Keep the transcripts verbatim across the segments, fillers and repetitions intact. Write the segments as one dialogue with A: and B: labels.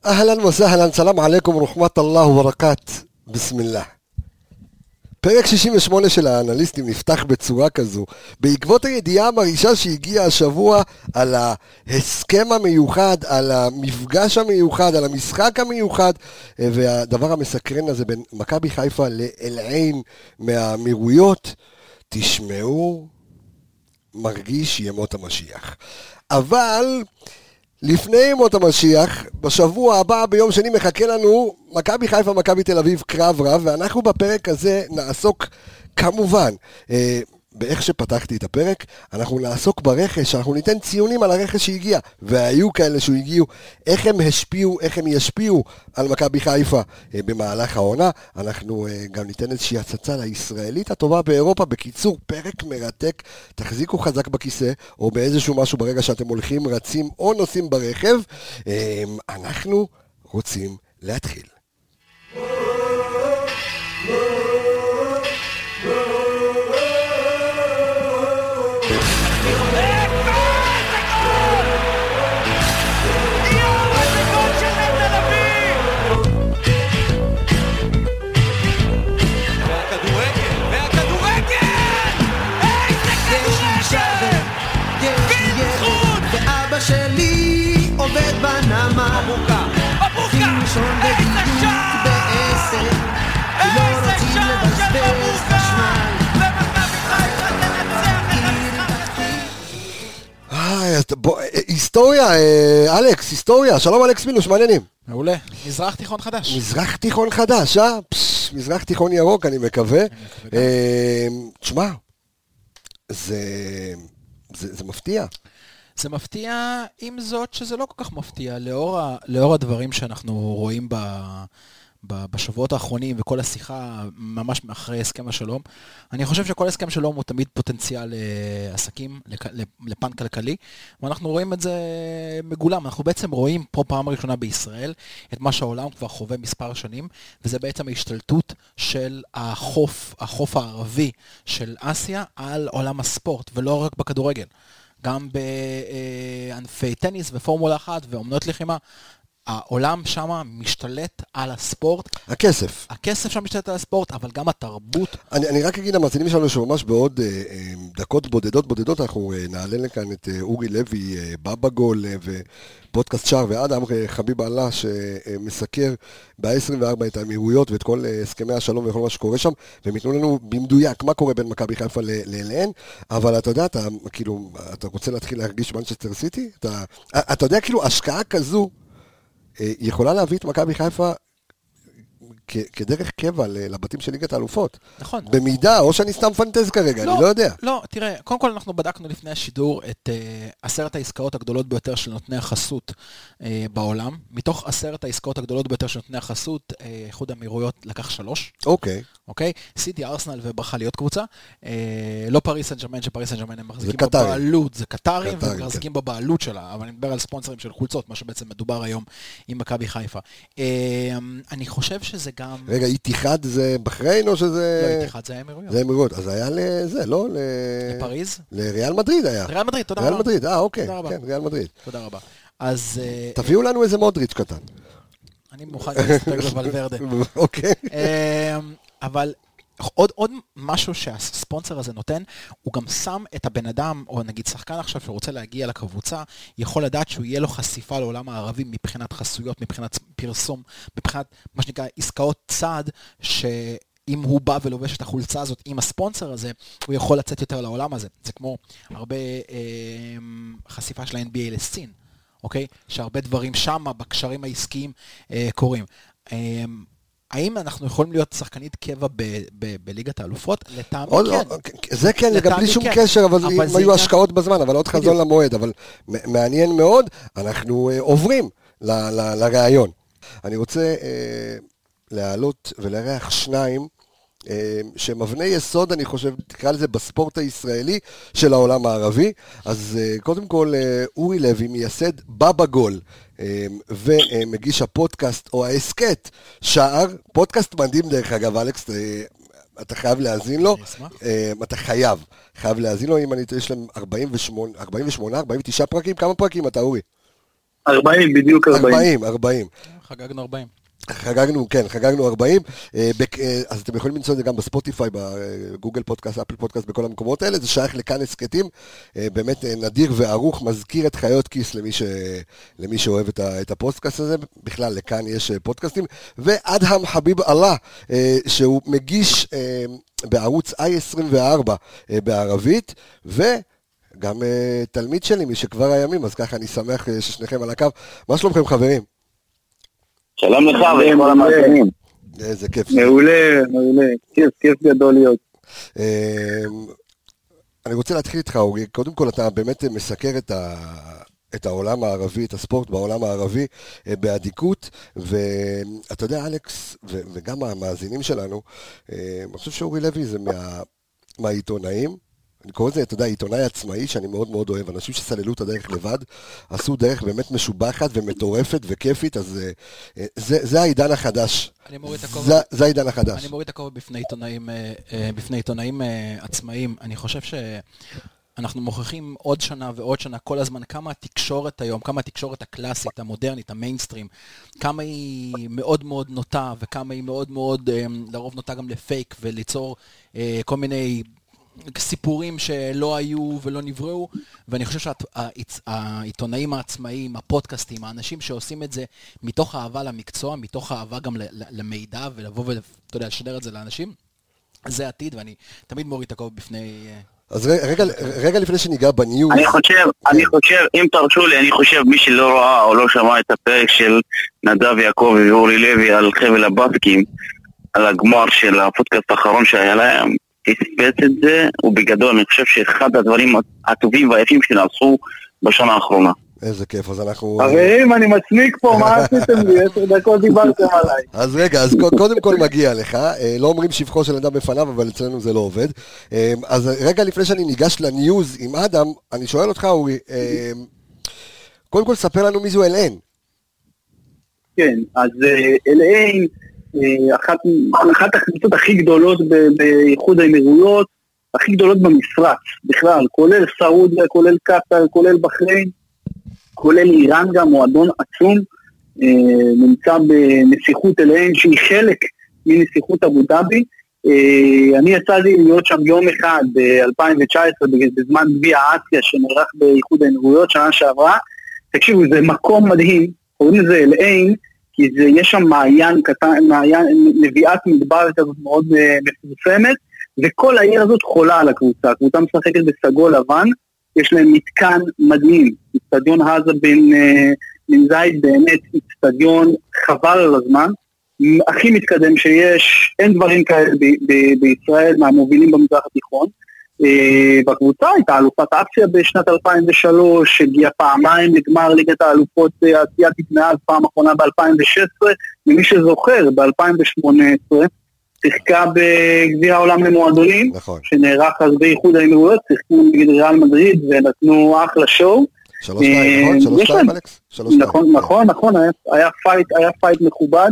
A: אהלן וסהלן, סלאם עליכם ורחמת אללה וברכת, בסמילlah. פרק שישים ושמונה של האנליסטים נפתח בצורה כזו, בעקבות הידיעה המרעישה שהגיעה השבוע על ההסכם המיוחד, על המפגש המיוחד, על המשחק המיוחד, והדבר המסקרן הזה בין מכבי חיפה לאל עין מהאמירויות, תשמעו, מרגיש ימות המשיח. אבל לפני ימות המשיח, בשבוע הבא, ביום שני, מחכה לנו מכבי חיפה, מכבי תל אביב, קרב רב, ואנחנו בפרק הזה נעסוק כמובן, אה, באיך שפתחתי את הפרק, אנחנו נעסוק ברכש, אנחנו ניתן ציונים על הרכש שהגיע, והיו כאלה שהגיעו, איך הם השפיעו, איך הם ישפיעו על מכבי חיפה אה, במהלך העונה, אנחנו אה, גם ניתן איזושהי הצצה לישראלית הטובה באירופה, בקיצור, פרק מרתק, תחזיקו חזק בכיסא, או באיזשהו משהו ברגע שאתם הולכים, רצים או נוסעים ברכב, אה, אנחנו רוצים להתחיל.
B: שלי עובד בנמה אבוקה, איזה שער בעשר איזה שער של אבוקה ומכבי חיפה תנצח את המשחק.
A: היסטוריה, אלכס, היסטוריה, שלום אלכס מינוש, מעניינים.
C: מעולה, מזרח תיכון חדש.
A: מזרח תיכון חדש, אה? מזרח תיכון ירוק, אני מקווה. תשמע, זה מפתיע.
C: זה מפתיע, עם זאת שזה לא כל כך מפתיע, לאור, ה, לאור הדברים שאנחנו רואים ב, ב, בשבועות האחרונים וכל השיחה ממש מאחרי הסכם השלום. אני חושב שכל הסכם שלום הוא תמיד פוטנציאל לעסקים, לפן כלכלי, ואנחנו רואים את זה מגולם. אנחנו בעצם רואים פה פעם ראשונה בישראל את מה שהעולם כבר חווה מספר שנים, וזה בעצם ההשתלטות של החוף, החוף הערבי של אסיה על עולם הספורט, ולא רק בכדורגל. גם בענפי טניס ופורמולה אחת ואומנות לחימה, העולם שם משתלט על הספורט.
A: הכסף.
C: הכסף שם משתלט על הספורט, אבל גם התרבות.
A: אני, אני רק אגיד למאזינים שלנו שממש בעוד אה, אה, דקות בודדות בודדות, אנחנו אה, נעלה לכאן את אה, אורי לוי, אה, בבא גול אה, ופודקאסט שער ואדם אה, חביב אללה שמסקר ב-עשרים וארבע את האמירויות ואת כל אה, הסכמי השלום וכל מה שקורה שם, והם יתנו לנו במדויק מה קורה בין מכבי חיפה לאלן, אבל אתה יודע, אתה, כאילו, אתה רוצה להתחיל להרגיש מנצ'סטר סיטי? אתה, אתה יודע, כאילו, השקעה כזו, יכולה להביא את מכבי חיפה כדרך קבע לבתים של ליגת האלופות.
C: נכון.
A: במידה, או שאני סתם פנטז כרגע, אני לא יודע.
C: לא, תראה, קודם כל אנחנו בדקנו לפני השידור את עשרת העסקאות הגדולות ביותר של נותני החסות בעולם. מתוך עשרת העסקאות הגדולות ביותר של נותני החסות, איחוד האמירויות לקח שלוש.
A: אוקיי.
C: אוקיי? סיטי, ארסנל וברכה להיות קבוצה. לא פריס סן ז'רמן, שפריס סן ז'רמן הם מחזיקים בבעלות. זה קטרים, והם מחזיקים בבעלות שלה. אבל אני מדבר על ספונסרים של חולצות, מה שבעצם מדובר היום עם מכבי חיפה. אני חושב שזה גם...
A: רגע, איתיחד זה בחריין או שזה...
C: לא, איתיחד זה האמירויות.
A: זה האמירויות, אז היה לזה, לא?
C: לפריז?
A: לריאל מדריד היה.
C: ריאל מדריד, תודה
A: רבה.
C: רבה.
A: ריאל מדריד, אה, אוקיי. כן, ריאל מדריד.
C: תודה רבה. אז...
A: תביאו לנו איזה מודריץ' קטן.
C: אני מוכן להסתכל בוולברדה.
A: אוקיי.
C: אבל... עוד, עוד משהו שהספונסר הזה נותן, הוא גם שם את הבן אדם, או נגיד שחקן עכשיו שרוצה להגיע לקבוצה, יכול לדעת שהוא יהיה לו חשיפה לעולם הערבי מבחינת חסויות, מבחינת פרסום, מבחינת מה שנקרא עסקאות צעד, שאם הוא בא ולובש את החולצה הזאת עם הספונסר הזה, הוא יכול לצאת יותר לעולם הזה. זה כמו הרבה אה, חשיפה של ה-אן בי איי לסין, אוקיי? שהרבה דברים שם, בקשרים העסקיים, אה, קורים. אה, האם אנחנו יכולים להיות שחקנית קבע בליגת האלופות? לטעמי כן.
A: זה כן, גם בלי שום קשר, אבל אם היו השקעות בזמן, אבל עוד חזון למועד, אבל מעניין מאוד, אנחנו עוברים לרעיון. אני רוצה להעלות ולארח שניים, שמבני יסוד, אני חושב, תקרא לזה בספורט הישראלי של העולם הערבי. אז קודם כל, אורי לוי, מייסד בבא גול, ומגיש הפודקאסט או העסקת שער, פודקאסט מדהים דרך אגב, אלכס, אתה חייב להאזין לו, אתה חייב, חייב להאזין לו, אם אני יש להם ארבעים ושמונה, ארבעים ותשע פרקים, כמה פרקים אתה אורי?
D: ארבעים, בדיוק ארבעים.
A: ארבעים, ארבעים.
C: חגגנו ארבעים.
A: חגגנו, כן, חגגנו ארבעים, אז אתם יכולים למצוא את זה גם בספוטיפיי, בגוגל פודקאסט, אפל פודקאסט, בכל המקומות האלה, זה שייך לכאן הסקטים, באמת נדיר וערוך, מזכיר את חיות כיס למי, ש... למי שאוהב את הפודקאסט הזה, בכלל לכאן יש פודקאסטים, ואדהם חביב אללה, שהוא מגיש בערוץ איי עשרים וארבע בערבית, ו... גם תלמיד שלי משכבר הימים, אז ככה אני שמח ששניכם על הקו. מה שלומכם חברים?
D: שלום לך ולכל המאזינים.
A: איזה כיף.
D: מעולה, מעולה. כיף, כיף גדול להיות.
A: אני רוצה להתחיל איתך, אורי. קודם כל, אתה באמת מסקר את ה... את העולם הערבי, את הספורט בעולם הערבי באדיקות, ואתה יודע, אלכס, ו... וגם המאזינים שלנו, אני חושב שאורי לוי זה מה... מהעיתונאים, אני קורא לזה, אתה יודע, עיתונאי עצמאי שאני מאוד מאוד אוהב, אנשים שסללו את הדרך לבד, עשו דרך באמת משובחת ומטורפת וכיפית, אז זה, זה העידן החדש.
C: אני מוריד את הכובע.
A: זה, זה העידן החדש.
C: אני מוריד את הכובע בפני עיתונאים, בפני עיתונאים עצמאיים. אני חושב שאנחנו מוכיחים עוד שנה ועוד שנה כל הזמן כמה התקשורת היום, כמה התקשורת הקלאסית, המודרנית, המיינסטרים, כמה היא מאוד מאוד נוטה, וכמה היא מאוד מאוד, לרוב נוטה גם לפייק וליצור כל מיני סיפורים שלא היו ולא נבראו, ואני חושב שהעיתונאים העצמאיים, הפודקאסטים, האנשים שעושים את זה מתוך אהבה למקצוע, מתוך אהבה גם למידע, ולבוא ואתה יודע, לשדר את זה לאנשים, זה עתיד, ואני תמיד מוריד את הכובע בפני...
A: אז רגע, רגע לפני שניגע בניוז...
D: אני חושב, אני חושב, אם תרשו לי, אני חושב מי שלא ראה או לא שמע את הפרק של נדב יעקב ואורי לוי על חבל הבאסקים, על הגמר של הפודקאסט האחרון שהיה להם, הספץ את זה, ובגדול אני חושב שאחד הדברים הטובים והיפים שנעשו בשנה האחרונה.
A: איזה כיף, אז אנחנו...
D: חברים, אני מצמיק פה, מה עשיתם לי? עשר דקות דיברתם עליי.
A: אז רגע, אז קודם כל מגיע לך, לא אומרים שבחו של אדם בפניו, אבל אצלנו זה לא עובד. אז רגע לפני שאני ניגש לניוז עם אדם, אני שואל אותך, אורי, קודם כל ספר לנו מי זו אל-עין.
D: כן, אז אל-עין, אחת, אחת הקבוצות הכי גדולות באיחוד האמירויות, הכי גדולות במפרץ, בכלל, כולל סעודיה, כולל קטר, כולל בחריין, כולל איראן גם, מועדון עצום, נמצא בנסיכות אל-עין, שהיא חלק מנסיכות אבו דאבי. אני יצאתי להיות שם יום אחד ב-אלפיים תשע עשרה, בזמן גביע אסיה שנערך באיחוד האמירויות, שנה שעברה. תקשיבו, זה מקום מדהים, קוראים לזה אל-עין, כי זה, יש שם מעיין קטן, מעיין, נביאת מדבר כזאת מאוד מפורסמת, וכל העיר הזאת חולה על הקבוצה. הקבוצה משחקת בסגול לבן, יש להם מתקן מדהים, אצטדיון האזה בן, בן זייד, באמת אצטדיון חבל על הזמן, הכי מתקדם שיש, אין דברים כאלה ב, ב, בישראל, מהמובילים במזרח התיכון. בקבוצה הייתה אלופת אסיה בשנת אלפיים ושלוש, הגיעה פעמיים לגמר ליגת האלופות האסייתית מאז, פעם אחרונה ב-אלפיים ושש עשרה, ומי שזוכר, ב-אלפיים שמונה עשרה, שיחקה בגביע העולם למועדונים,
A: נכון.
D: שנערך אז באיחוד האמירויות, שיחקו נגד ריאל מדריד ונתנו אחלה שואו.
A: שלוש שתיים, נכון? שלוש שתיים, אלכס?
D: נכון, נכון, נכון, היה פייט, היה פייט מכובד.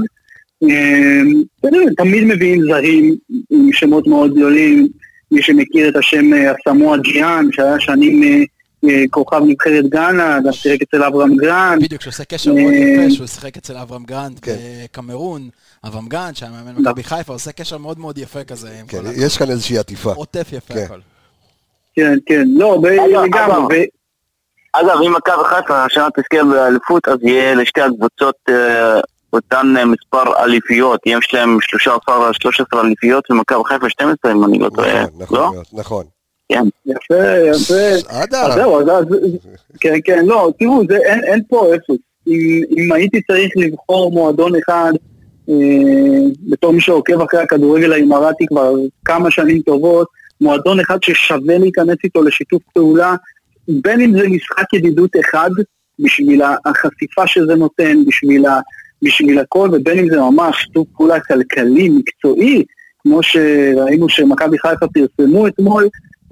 D: תמיד מביאים זרים עם שמות מאוד גדולים, מי שמכיר את השם הסמואה ג'יאן, שהיה שנים כוכב נבחרת גאנה, גם שיחק אצל אברהם גרנד.
C: בדיוק, שעושה קשר מאוד יפה, שהוא שיחק אצל אברהם גרנד בקמרון, אברהם גרנד, שהיה מאמן מכבי חיפה, עושה קשר מאוד מאוד יפה כזה.
A: כן, יש כאן איזושהי עטיפה.
C: עוטף יפה הכל.
D: כן, כן, לא, לגמרי.
E: אגב, אם מכבי חיפה השנה תזכה באליפות, אז יהיה לשתי הקבוצות אותן מספר אליפיות, יש להם שלוש עשרה אליפיות, ומכבי חיפה שתים עשרה, אם אני לא טועה.
A: נכון, נכון.
D: כן. יפה, יפה.
A: עדה.
D: זהו, אז, כן, כן, לא, תראו, זה, אין, אין פה אפס. אם, אם הייתי צריך לבחור מועדון אחד, אה, בתור מי שעוקב אחרי הכדורגל האימראטי כבר כמה שנים טובות, מועדון אחד ששווה להיכנס איתו לשיתוף פעולה, בין אם זה משחק ידידות אחד, בשביל החשיפה שזה נותן, בשביל, ה, בשביל הכל, ובין אם זה ממש שיתוף פעולה כלכלי, מקצועי, כמו שראינו שמכבי חיפה פרסמו אתמול,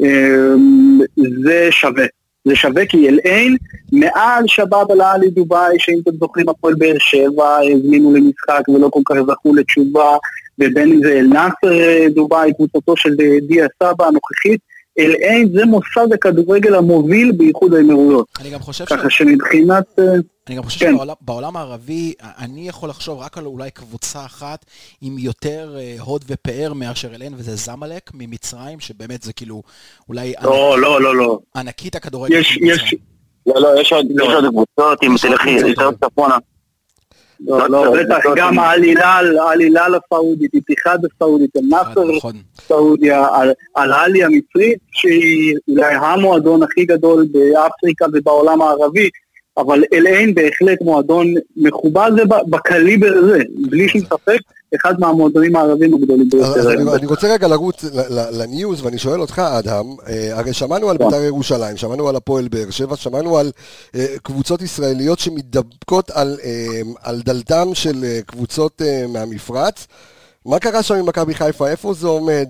D: זה שווה. זה שווה כי אל-עין, מעל שבאב אל-אהלי דובאי, שאם אתם זוכרים הפועל באר שבע, הזמינו למשחק ולא כל כך זכו לתשובה, ובין אם זה אל-נאסר דובאי, קבוצתו של דיה סבא הנוכחית, אל-עין זה מוסד הכדורגל המוביל באיחוד האמירויות.
C: אני גם חושב
D: ככה שמבחינת...
C: אני גם חושב שבעולם הערבי, אני יכול לחשוב רק על אולי קבוצה אחת עם יותר הוד ופאר מאשר אל-עין, וזה זמלק ממצרים, שבאמת זה כאילו אולי...
D: לא, לא, לא, לא.
C: ענקית הכדורגל.
E: יש, יש... לא, לא, יש עוד קבוצות, אם תלכי, יותר צפונה.
D: לא, לא, בטח, גם העלילה, העלילה הסעודית, איתיחאד הסעודית, אל-נאסר סעודיה, אל-עלי המצרית, שהיא אולי המועדון הכי גדול באפריקה ובעולם הערבי, אבל אל-עין בהחלט מועדון מכובד בקליבר הזה, בלי שום ספק, אחד מהמועדונים הערבים הגדולים ביותר.
A: אני רוצה רגע לרוץ לניוז, ואני שואל אותך, אדם, הרי שמענו על בית"ר ירושלים, שמענו על הפועל באר שבע, שמענו על קבוצות ישראליות שמתדבקות על דלתם של קבוצות מהמפרץ. מה קרה שם עם מכבי חיפה? איפה זה עומד?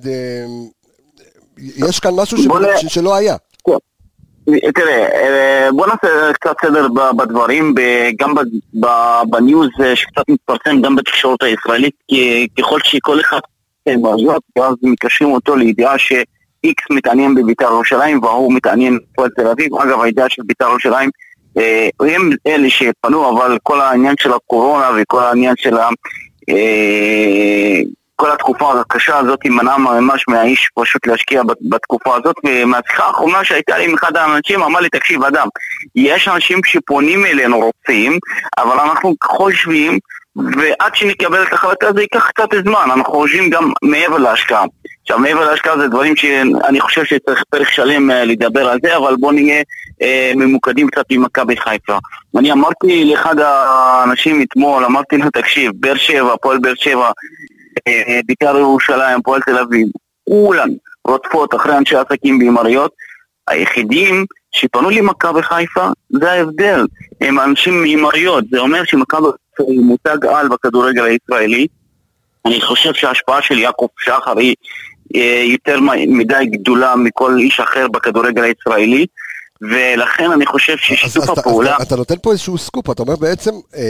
A: יש כאן משהו שלא היה.
E: תראה, בוא נעשה קצת סדר בדברים, גם בניוז שקצת מתפרסם גם בתקשורת הישראלית, כי ככל שכל אחד מרזות, אז מקשרים אותו לידיעה שאיקס מתעניין בבית"ר ירושלים והוא מתעניין בפועל תל אביב. אגב, הידיעה של בית"ר ירושלים הם אלה שפנו, אבל כל העניין של הקורונה וכל העניין של ה... כל התקופה הקשה הזאת מנעה ממש מהאיש פשוט להשקיע בתקופה הזאת, ומהשיחה האחרונה שהייתה לי עם אחד האנשים אמר לי, תקשיב אדם, יש אנשים שפונים אלינו רוצים, אבל אנחנו חושבים, ועד שנקבל את החלטה זה ייקח קצת זמן, אנחנו חושבים גם מעבר להשקעה. עכשיו מעבר להשקעה זה דברים שאני חושב שצריך פרק שלם לדבר על זה, אבל בוא נהיה אה, ממוקדים קצת עם מכבי חיפה. אני אמרתי לאחד האנשים אתמול, אמרתי לו תקשיב, באר שבע, פועל באר שבע, בית"ר ירושלים, פועל תל אביב, כולן רודפות אחרי אנשי עסקים באמירויות. היחידים שפנו לי מכבי חיפה, זה ההבדל, הם אנשים מאמירויות. זה אומר שמכבי חיפה היא מותג על בכדורגל הישראלי. אני חושב שההשפעה של יעקב שחר היא יותר מדי גדולה מכל איש אחר בכדורגל הישראלי, ולכן אני חושב ששיתוף הפעולה...
A: אתה נותן פה איזשהו סקופ, אתה אומר בעצם...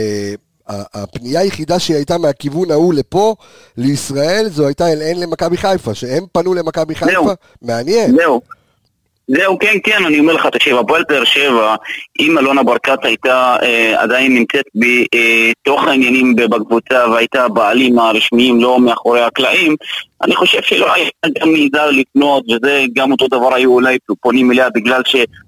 A: הפנייה היחידה שהיא הייתה מהכיוון ההוא לפה, לישראל, זו הייתה אל-עין למכבי חיפה, שהם פנו למכבי חיפה, מעניין.
E: זהו, זהו, כן, כן, אני אומר לך, תקשיב, הפועל באר שבע, אם אלונה ברקת הייתה אה, עדיין נמצאת בתוך אה, העניינים בקבוצה, והייתה בעלים הרשמיים, לא מאחורי הקלעים, אני חושב שלא היה גם מידע לקנות, וזה גם אותו דבר היו אולי פונים אליה, בגלל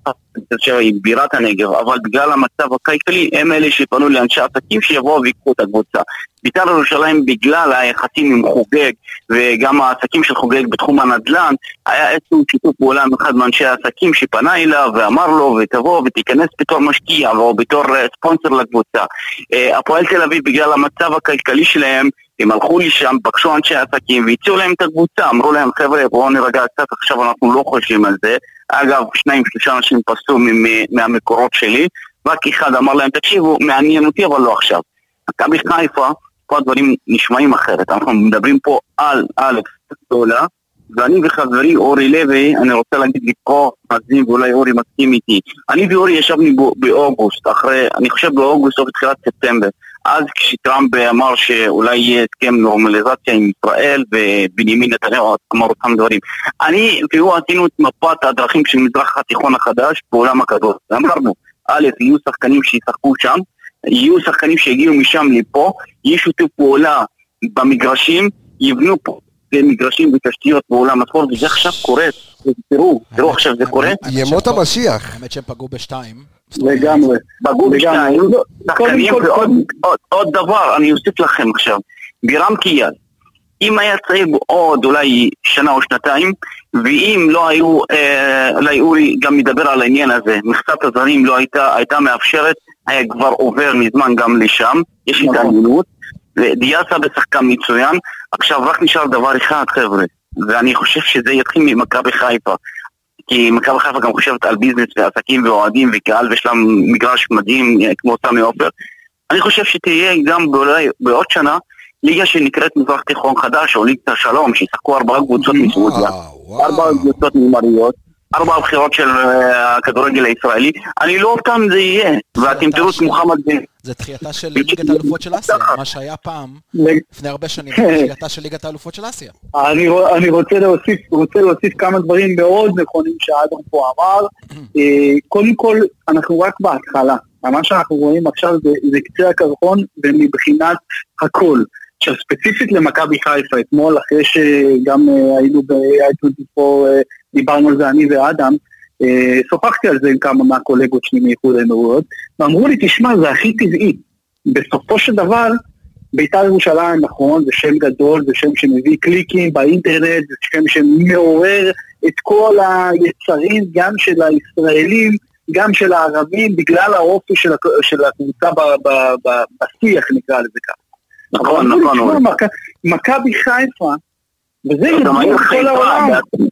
E: שהיא בירת הנגב, אבל בגלל המצב הכלכלי, הם אלה שפנו לאנשי עסקים שיבואו ויקחו את הקבוצה. בית"ר ירושלים בגלל היחסים עם חוגג, וגם העסקים של חוגג בתחום הנדל"ן, היה איזשהו שיתוף פעולה עם אחד מאנשי העסקים שפנה אליו ואמר לו, ותבוא ותיכנס בתור משקיע, או בתור ספונסר לקבוצה. הפועל תל אביב בגלל המצב הכלכלי שלהם, הם הלכו לשם, פגשו אנשי עסקים והציעו להם את הקבוצה, אמרו להם חבר'ה בואו נרגע קצת, עכשיו אנחנו לא חושבים על זה. אגב, שניים שלושה אנשים פסו מהמקורות שלי, רק אחד אמר להם תקשיבו, מעניין אותי אבל לא עכשיו. מכבי חיפה, פה הדברים נשמעים אחרת, אנחנו מדברים פה על א' גדולה, ואני וחברי אורי לוי, אני רוצה להגיד לקרוא מזים ואולי אורי מסכים איתי, אני ואורי ישבנו באוגוסט, אחרי, אני חושב באוגוסט או בתחילת ספטמבר, אז כשטראמפ אמר שאולי יהיה הסכם נורמליזציה עם ישראל ובנימין נתניהו אמר אותם דברים, אני והוא עשינו את מפת הדרכים של מזרח התיכון החדש בעולם הכדור, אמרנו, א', יהיו שחקנים שישחקו שם, יהיו שחקנים שהגיעו משם לפה, יהיו שיתוף פעולה במגרשים, יבנו פה במגרשים ותשתיות בעולם הספורט, וזה עכשיו קורה, תראו, תראו עכשיו זה קורה.
A: ימות המשיח.
C: האמת שהם פגעו בשתיים.
D: לגמרי.
E: פגעו בשתיים, שחקנים ועוד דבר, אני אוסיף לכם עכשיו, בירם קיאל, אם היה צעיר עוד אולי שנה או שנתיים, ואם לא היו, אולי אורי גם מדבר על העניין הזה, מכסת הזרים לא הייתה, הייתה מאפשרת, היה כבר עובר מזמן גם לשם, יש התעניינות, ודיאסה בשחקן מצוין, עכשיו רק נשאר דבר אחד חבר'ה, ואני חושב שזה יתחיל ממכבי חיפה, כי מכבי חיפה גם חושבת על ביזנס ועסקים ואוהדים וקהל, ויש להם מגרש מדהים כמו סמי עופר, אני חושב שתהיה גם באולי, בעוד שנה, ליגה שנקראת מזרח תיכון חדש, או ליגת השלום, שישחקו ארבעה קבוצות מסעודיה, ארבעה קבוצות ממריות, ארבע הבחירות של הכדורגל הישראלי, אני לא אופתע אם זה יהיה, ואתם תראו את מוחמד בן.
C: זה תחייתה של ליגת האלופות של אסיה, מה שהיה פעם, לפני הרבה שנים, תחייתה של ליגת האלופות של אסיה.
D: אני רוצה להוסיף, רוצה להוסיף כמה דברים מאוד נכונים שאדם פה אמר. קודם כל, אנחנו רק בהתחלה. מה שאנחנו רואים עכשיו זה, זה קצה הקרחון ומבחינת הכל. עכשיו, ספציפית למכבי חיפה, אתמול, אחרי שגם היינו ב-איי עשרים וארבע, דיברנו על זה אני ואדם, שוחחתי על זה עם כמה מהקולגות שלי מאיחוד האמירויות, ואמרו לי, תשמע, זה הכי טבעי. בסופו של דבר, בית"ר ירושלים, נכון, זה שם גדול, זה שם שמביא קליקים באינטרנט, זה שם שמעורר את כל היצרים, גם של הישראלים, גם של הערבים, בגלל האופי של, של הקבוצה ב, ב, ב, בשיח, נקרא לזה ככה.
E: נכון, נכון.
D: מכבי חיפה, וזה יודעים כל העולם,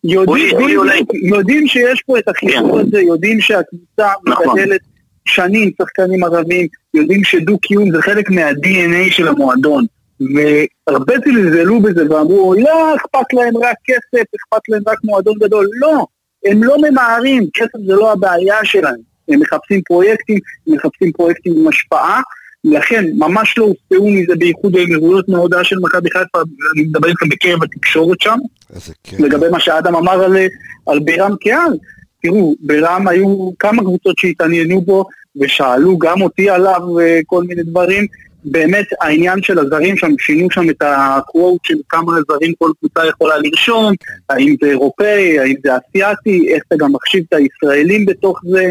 D: יודעים שיש פה את החיבור הזה, יודעים שהקבוצה מגדלת שנים, שחקנים ערבים, יודעים שדו-קיום זה חלק מה-די אן איי של המועדון, והרבה זלזלו בזה ואמרו, לא, אכפת להם רק כסף, אכפת להם רק מועדון גדול, לא, הם לא ממהרים, כסף זה לא הבעיה שלהם, הם מחפשים פרויקטים, הם מחפשים פרויקטים עם השפעה, לכן ממש לא הופתעו מזה בייחוד האמירויות מההודעה של מכבי חיפה, אני מדבר איתכם בקרב התקשורת שם, לגבי מה שאדם אמר על, על בירם קיאל, תראו, בירם היו כמה קבוצות שהתעניינו בו, ושאלו גם אותי עליו כל מיני דברים, באמת העניין של הזרים שם, שינו שם את הקוואט של כמה זרים כל קבוצה יכולה לרשום, האם זה אירופאי, האם זה אסיאטי, איך אתה גם מחשיב את הישראלים בתוך זה,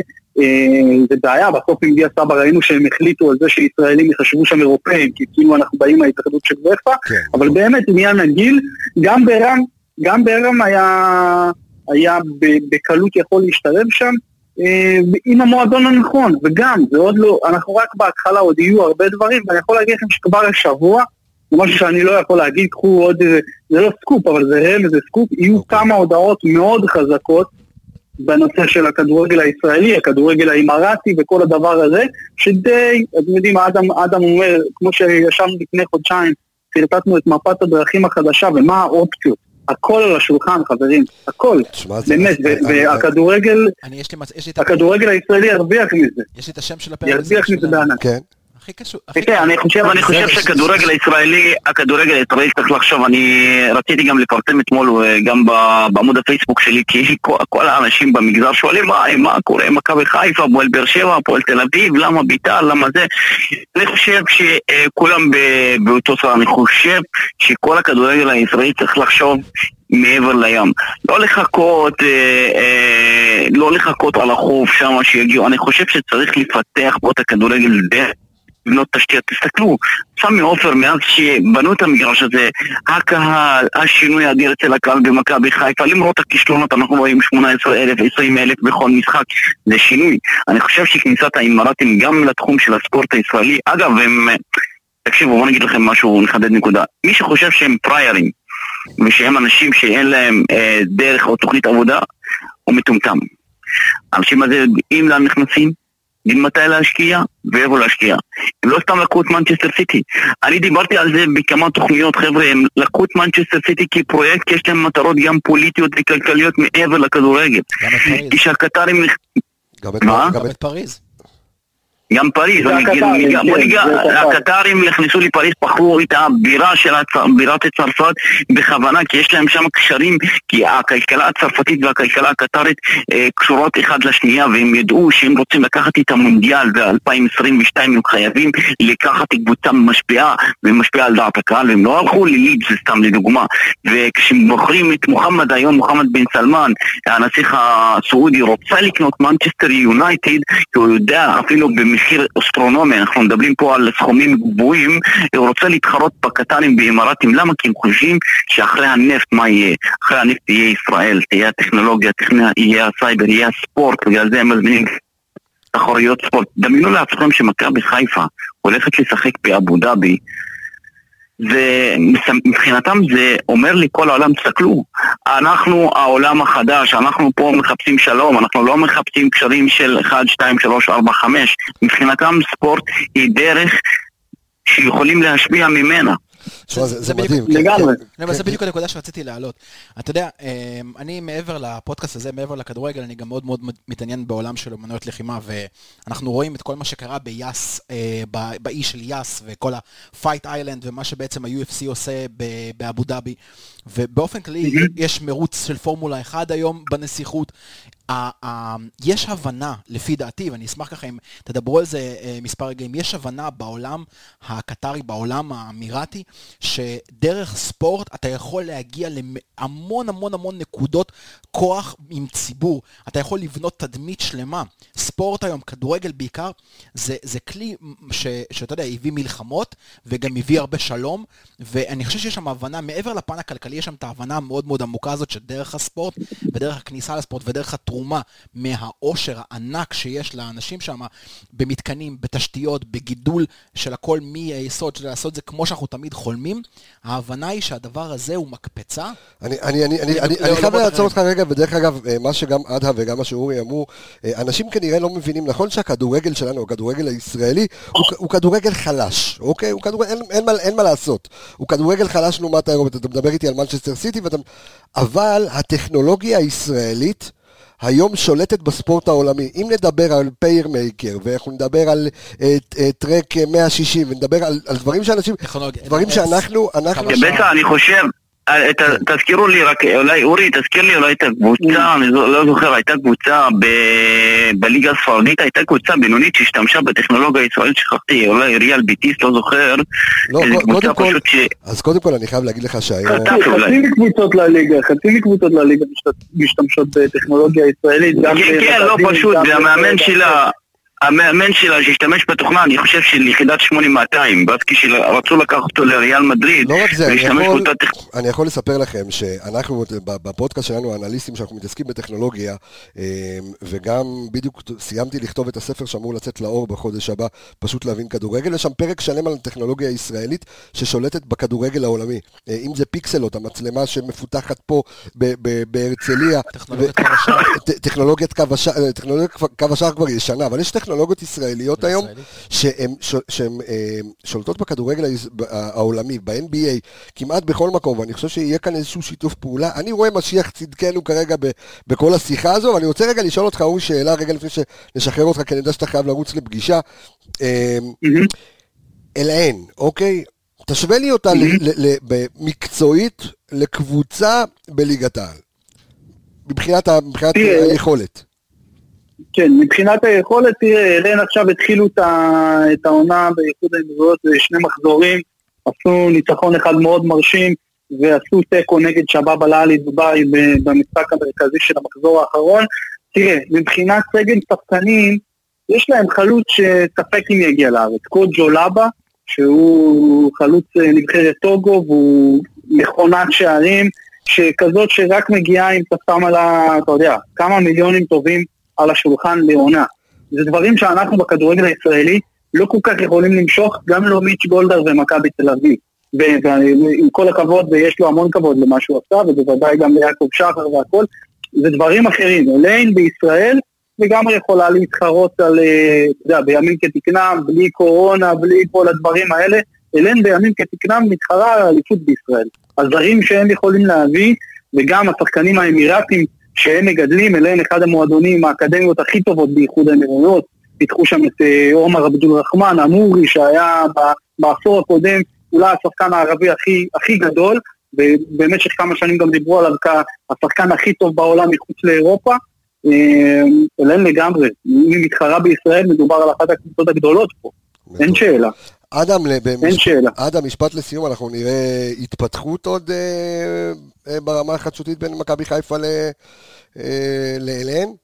D: זה בעיה, בסוף עם דיה סבא ראינו שהם החליטו על זה שישראלים יחשבו שם אירופאים, כי כאילו אנחנו באים מההתאחדות של גופה, אבל באמת עניין הגיל, גם בירם, גם בירם היה, היה בקלות יכול להשתלב שם, עם המועדון הנכון, וגם, זה עוד לא, אנחנו רק בהתחלה עוד יהיו הרבה דברים, ואני יכול להגיד לכם שכבר השבוע, זה משהו שאני לא יכול להגיד, קחו עוד איזה, זה לא סקופ, אבל זה רם, זה סקופ, יהיו כמה הודעות מאוד חזקות, בנושא של הכדורגל הישראלי, הכדורגל האימראטי וכל הדבר הזה, שדי, אתם יודעים, אדם, אדם אומר, כמו שישבנו לפני חודשיים, סרטטנו את מפת הדרכים החדשה, ומה האופציות? הכל על השולחן, חברים, הכל, באמת, והכדורגל, הכדורגל הישראלי ירוויח מזה.
C: יש לי את השם של הפרק.
D: ירוויח מזה בענק.
A: כן.
E: אני חושב, אני חושב שהכדורגל הישראלי, הכדורגל הישראלי צריך לחשוב, אני רציתי גם לפרסם אתמול גם בעמוד הפייסבוק שלי, כי כל האנשים במגזר שואלים מה קורה, מכבי חיפה, הפועל באר שבע, הפועל תל אביב, למה בית"ר, למה זה, אני חושב שכולם באותו צורה, אני חושב שכל הכדורגל הישראלי צריך לחשוב מעבר לים, לא לחכות, לא לחכות על החוף שם שיגיעו, אני חושב שצריך לפתח פה את הכדורגל דרך, לבנות תשתיות, תסתכלו, סמי עופר מאז שבנו את המגרש הזה, הקהל, השינוי האדיר אצל הקהל במכבי חיפה, למרות הכישלונות אנחנו רואים שמונה עשרה אלף, עשרים אלף בכל משחק, זה שינוי. אני חושב שכניסת האימראטים גם לתחום של הספורט הישראלי, אגב, הם, תקשיבו, בוא נגיד לכם משהו, נחדד נקודה, מי שחושב שהם פריירים, ושהם אנשים שאין להם אה, דרך או תוכנית עבודה, הוא מטומטם. אנשים הזה, אם להם נכנסים, יודעים מתי להשקיע ואיפה להשקיע. הם לא סתם לקחו את מנצ'סטר סיטי. אני דיברתי על זה בכמה תוכניות, חבר'ה, הם לקחו את מנצ'סטר סיטי כפרויקט, יש להם מטרות גם פוליטיות וכלכליות מעבר לכדורגל.
C: גם את פריז.
E: כשהקטרים...
C: גם את פריז.
E: גם פריז, הקטרים נכנסו לפריז, פחרו את הבירה של בירת צרפת בכוונה, כי יש להם שם קשרים, כי הכלכלה הצרפתית והכלכלה הקטרית קשורות אחד לשנייה, והם ידעו שהם רוצים לקחת את המונדיאל ב-אלפיים עשרים ושתיים, הם חייבים לקחת קבוצה משפיעה ומשפיעה על דעת הקהל, והם לא הלכו ללידס, זה סתם לדוגמה, וכשהם בוחרים את מוחמד היום, מוחמד בן סלמן, הנסיך הסעודי, רוצה לקנות מנצ'סטר יונייטד, כי הוא יודע אפילו במחיר אסטרונומי, אנחנו מדברים פה על סכומים גבוהים, הוא רוצה להתחרות בקטרים באמרתים, למה? כי הם חושבים שאחרי הנפט מה יהיה? אחרי הנפט יהיה ישראל, תהיה הטכנולוגיה, יהיה הסייבר, יהיה הספורט, בגלל זה הם מזמינים תחרויות ספורט. דמיינו לעצמכם שמכבי חיפה הולכת לשחק באבו דאבי, ומבחינתם זה אומר לי כל העולם, תסתכלו, אנחנו העולם החדש, אנחנו פה מחפשים שלום, אנחנו לא מחפשים קשרים של אחת, שתיים, שלוש, ארבע, חמש, מבחינתם ספורט היא דרך שיכולים להשפיע ממנה.
A: זה מדהים.
D: לגמרי.
C: זה בדיוק הנקודה שרציתי להעלות. אתה יודע, אני מעבר לפודקאסט הזה, מעבר לכדורגל, אני גם מאוד מאוד מתעניין בעולם של אומנויות לחימה, ואנחנו רואים את כל מה שקרה ביאס, באי של יאס, וכל ה-Fight Island, ומה שבעצם ה-יו אף סי עושה באבו דאבי, ובאופן כללי יש מרוץ של פורמולה אחד היום בנסיכות. יש הבנה, לפי דעתי, ואני אשמח ככה אם תדברו על זה מספר רגעים, יש הבנה בעולם הקטרי, בעולם האמירתי, שדרך ספורט אתה יכול להגיע להמון המון המון נקודות כוח עם ציבור. אתה יכול לבנות תדמית שלמה. ספורט היום, כדורגל בעיקר, זה, זה כלי ש, שאתה יודע, הביא מלחמות, וגם הביא הרבה שלום, ואני חושב שיש שם הבנה, מעבר לפן הכלכלי, יש שם את ההבנה המאוד מאוד עמוקה הזאת, שדרך הספורט, ודרך הכניסה לספורט, ודרך התרומה מהעושר הענק שיש לאנשים שם, במתקנים, בתשתיות, בגידול של הכל מהיסוד, של לעשות זה כמו שאנחנו תמיד חולמים, ההבנה היא שהדבר הזה הוא מקפצה.
A: אני, אני, אני, אני, אני, אני חייב לעצור אותך רגע, ודרך אגב, מה שגם עדה וגם מה שאורי אמרו, אנשים כנראה לא מבינים, נכון שהכדורגל שלנו, הכדורגל הישראלי, הוא, הוא כדורגל חלש, אוקיי? הוא כדורגל, אין, אין, מה, אין מה לעשות. הוא כדורגל חלש לעומת האירופית, אתה מדבר איתי על מנצ'סטר סיטי, ואתה... אבל הטכנולוגיה הישראלית, היום שולטת בספורט העולמי. אם נדבר על פייר מייקר, ואנחנו נדבר על טרק מאה שישים, ונדבר על, על דברים שאנשים, דברים שאנחנו, אנחנו...
E: בטח, אני חושב, תזכירו לי רק, אולי אורי, תזכיר לי אולי את הקבוצה, אני לא זוכר, הייתה קבוצה בליגה הספרדית, הייתה קבוצה בינונית שהשתמשה בטכנולוגיה הישראלית, שכחתי, אולי ריאל ביטיס, לא זוכר, איזה קבוצה פשוט ש...
A: אז קודם כל אני חייב להגיד לך שהיום...
D: חצי מקבוצות לליגה, חצי מקבוצות לליגה משתמשות בטכנולוגיה הישראלית.
E: כן, כן, לא פשוט, והמאמן שלה... המאמן שלה שהשתמש בתוכנה, אני חושב של יחידת שמונה מאתיים, ואז כשרצו לקח אותו לריאל מדריד,
A: לא רק זה, אני יכול, אני יכול לספר לכם שאנחנו בפודקאסט שלנו, האנליסטים שאנחנו מתעסקים בטכנולוגיה, וגם בדיוק סיימתי לכתוב את הספר שאמור לצאת לאור בחודש הבא, פשוט להבין כדורגל, יש שם פרק שלם על הטכנולוגיה הישראלית ששולטת בכדורגל העולמי, אם זה פיקסלות, המצלמה שמפותחת פה בהרצליה, טכנולוגיית קו השער כבר ישנה, אבל יש טכנולוגיות ישראליות היום שהן שולטות בכדורגל העולמי, ב-אן בי איי, כמעט בכל מקום, ואני חושב שיהיה כאן איזשהו שיתוף פעולה. אני רואה משיח צדקנו כרגע בכל השיחה הזו, ואני רוצה רגע לשאול אותך, אורי, שאלה רגע לפני שנשחרר אותך, כי אני יודע שאתה חייב לרוץ לפגישה. אלעין, אוקיי? תשווה לי אותה במקצועית לקבוצה בליגת העל, מבחינת היכולת.
D: כן, מבחינת היכולת, תראה, אלן עכשיו התחילו את העונה באיחוד האמירויות, שני מחזורים, עשו ניצחון אחד מאוד מרשים, ועשו טקו נגד שבאב אל-אהלי דובאי במשחק המרכזי של המחזור האחרון. תראה, מבחינת סגל שחקנים, יש להם חלוץ שספק אם יגיע לארץ, קוג'ו לבה, שהוא חלוץ נבחרת טוגו, והוא מכונת שערים, שכזאת שרק מגיעה עם תפם על ה... אתה יודע, כמה מיליונים טובים על השולחן לעונה. זה דברים שאנחנו בכדורגל הישראלי לא כל כך יכולים למשוך, גם לא מיץ' גולדהר ומכבי תל אביב. ועם כל הכבוד, ויש לו המון כבוד למה שהוא עשה, ובוודאי גם ליעקב שחר והכל, זה דברים אחרים. אלן בישראל, וגם יכולה להתחרות על, אתה יודע, בימים כתקנם, בלי קורונה, בלי כל הדברים האלה, אלן בימים כתקנם מתחרה על האליפות בישראל. הזרים שהם יכולים להביא, וגם השחקנים האמירתים, שהם מגדלים, אליהם אחד המועדונים, האקדמיות הכי טובות באיחוד האמירויות, פיתחו שם את עומר עבדול רחמן, אמורי, שהיה בעשור הקודם, אולי השחקן הערבי הכי, הכי גדול, ובמשך כמה שנים גם דיברו עליו כהשחקן הכי טוב בעולם מחוץ לאירופה, אליהם לגמרי, אם מתחרה בישראל, מדובר על אחת הקבוצות הגדולות פה, אין שאלה.
A: אדם, אדם, משפט לסיום, אנחנו נראה התפתחות עוד אה, אה, ברמה החדשותית בין מכבי חיפה לאלן?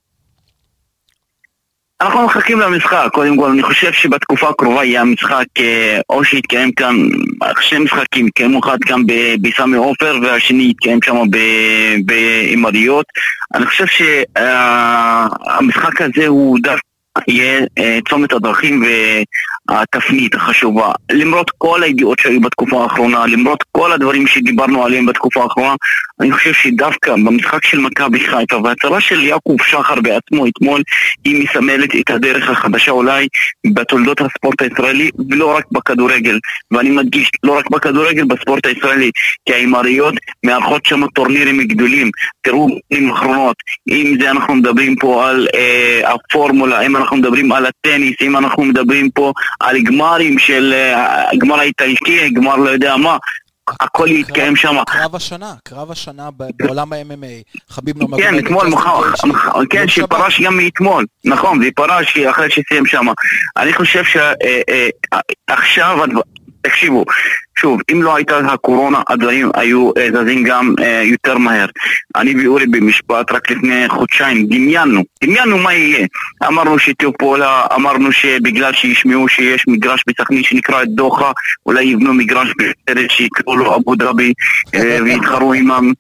E: אנחנו מחכים למשחק, קודם כל, אני חושב שבתקופה הקרובה יהיה המשחק, או שיתקיים כאן, שני משחקים, יתקיים אחד כאן בסמי עופר, והשני יתקיים שם באמירויות. אני חושב שהמשחק הזה הוא דווקא יהיה צומת הדרכים, התפנית החשובה, למרות כל הידיעות שהיו בתקופה האחרונה, למרות כל הדברים שדיברנו עליהם בתקופה האחרונה, אני חושב שדווקא במשחק של מכבי חיפה והצהרה של יעקב שחר בעצמו אתמול, היא מסמלת את הדרך החדשה אולי בתולדות הספורט הישראלי, ולא רק בכדורגל, ואני מדגיש, לא רק בכדורגל, בספורט הישראלי, כי האימהריות מארחות שם טורנירים גדולים. תראו עם האחרונות, אם זה אנחנו מדברים פה על אה, הפורמולה, אם אנחנו מדברים על הטניס, אם אנחנו מדברים פה על גמרים של אה, גמר האיטלקי, גמר לא יודע מה, הכל יתקיים שם.
C: קרב השנה, קרב השנה בעולם ה-אם אם איי, חביב נורמגומד.
E: כן, אתמול, כן, שפרש גם מאתמול, נכון, זה פרש אחרי שסיים שם. אני חושב שעכשיו, תקשיבו, שוב, אם לא הייתה הקורונה, הדברים היו זזים גם יותר מהר. אני ואורי במשפט רק לפני חודשיים, דמיינו, דמיינו מה יהיה. אמרנו שטיופולה, אמרנו שבגלל שישמעו שיש מגרש בסכנין שנקרא את דוחה, אולי יבנו מגרש בסרט שיקראו לו אבו דאבי, ויתחרו עמם.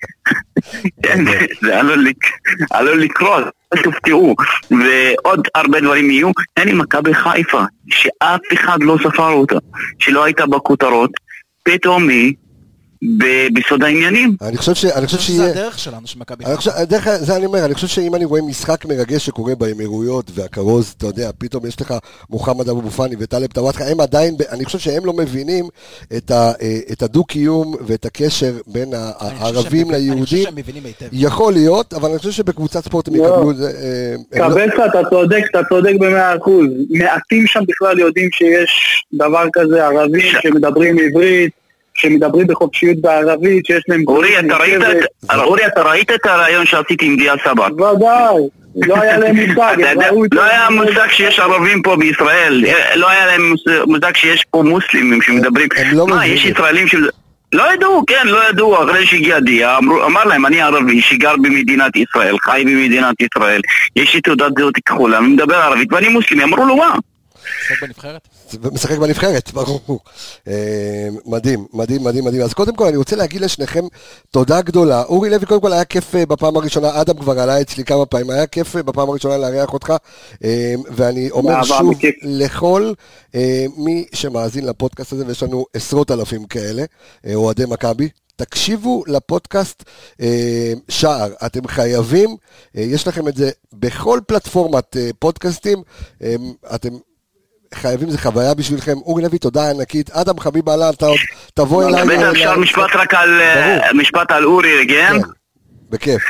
E: זה עלול לקרות. תופתעו, ועוד הרבה דברים יהיו. הנה מכבי חיפה, שאף אחד לא ספר אותה, שלא הייתה בכותרות, פתאום היא בסוד העניינים.
A: אני חושב ש... אני חושב שיהיה...
C: זה הדרך שלנו שמכבי חיפה.
A: הדרך, זה אני אומר, אני חושב שאם אני רואה משחק מרגש שקורה באמירויות והכרוז, אתה יודע, פתאום יש לך מוחמד אבו פאני וטלב טוואטחה, הם עדיין, אני חושב שהם לא מבינים את, ה, את הדו-קיום ואת הקשר בין הערבים ליהודים. אני חושב שהם מבינים היטב. יכול להיות, אבל אני חושב שבקבוצת ספורט הם יקבלו את זה.
D: קבצה, אתה צודק, אתה צודק במאה אחוז. מעטים שם בכלל יודעים שיש דבר כזה ערבים שמדברים עברית, שמדברים בחופשיות בערבית, שיש להם...
E: אורי, אתה ראית את הרעיון שעשיתי עם דיה סבק?
D: ודאי, לא היה להם מושג.
E: לא היה מושג שיש ערבים פה בישראל, לא היה להם מושג שיש פה מוסלמים שמדברים. מה, יש ישראלים ש... לא ידעו, כן, לא ידעו, אחרי שהגיע דיה, אמר להם, אני ערבי שגר במדינת ישראל, חי במדינת ישראל, יש לי תעודת זהות כחולה, אני מדבר ערבית ואני מוסלמי, אמרו לו מה?
C: משחק בנבחרת?
A: משחק בנבחרת, ברור. מדהים, מדהים, מדהים, מדהים. אז קודם כל אני רוצה להגיד לשניכם תודה גדולה. אורי לוי, קודם כל היה כיף בפעם הראשונה, אדם כבר עלה אצלי כמה פעמים, היה כיף בפעם הראשונה לארח אותך, ואני אומר שוב לכל מי שמאזין לפודקאסט הזה, ויש לנו עשרות אלפים כאלה, אוהדי מכבי, תקשיבו לפודקאסט אה, שער, אתם חייבים, אה, יש לכם את זה בכל פלטפורמת אה, פודקאסטים, אה, אתם חייבים, זה חוויה בשבילכם. אורי לוי, תודה ענקית. אדם חביב עלה, אתה עוד תבוא אליי.
E: בטח אפשר משפט רק על, משפט על אורי, כן?
A: בכיף.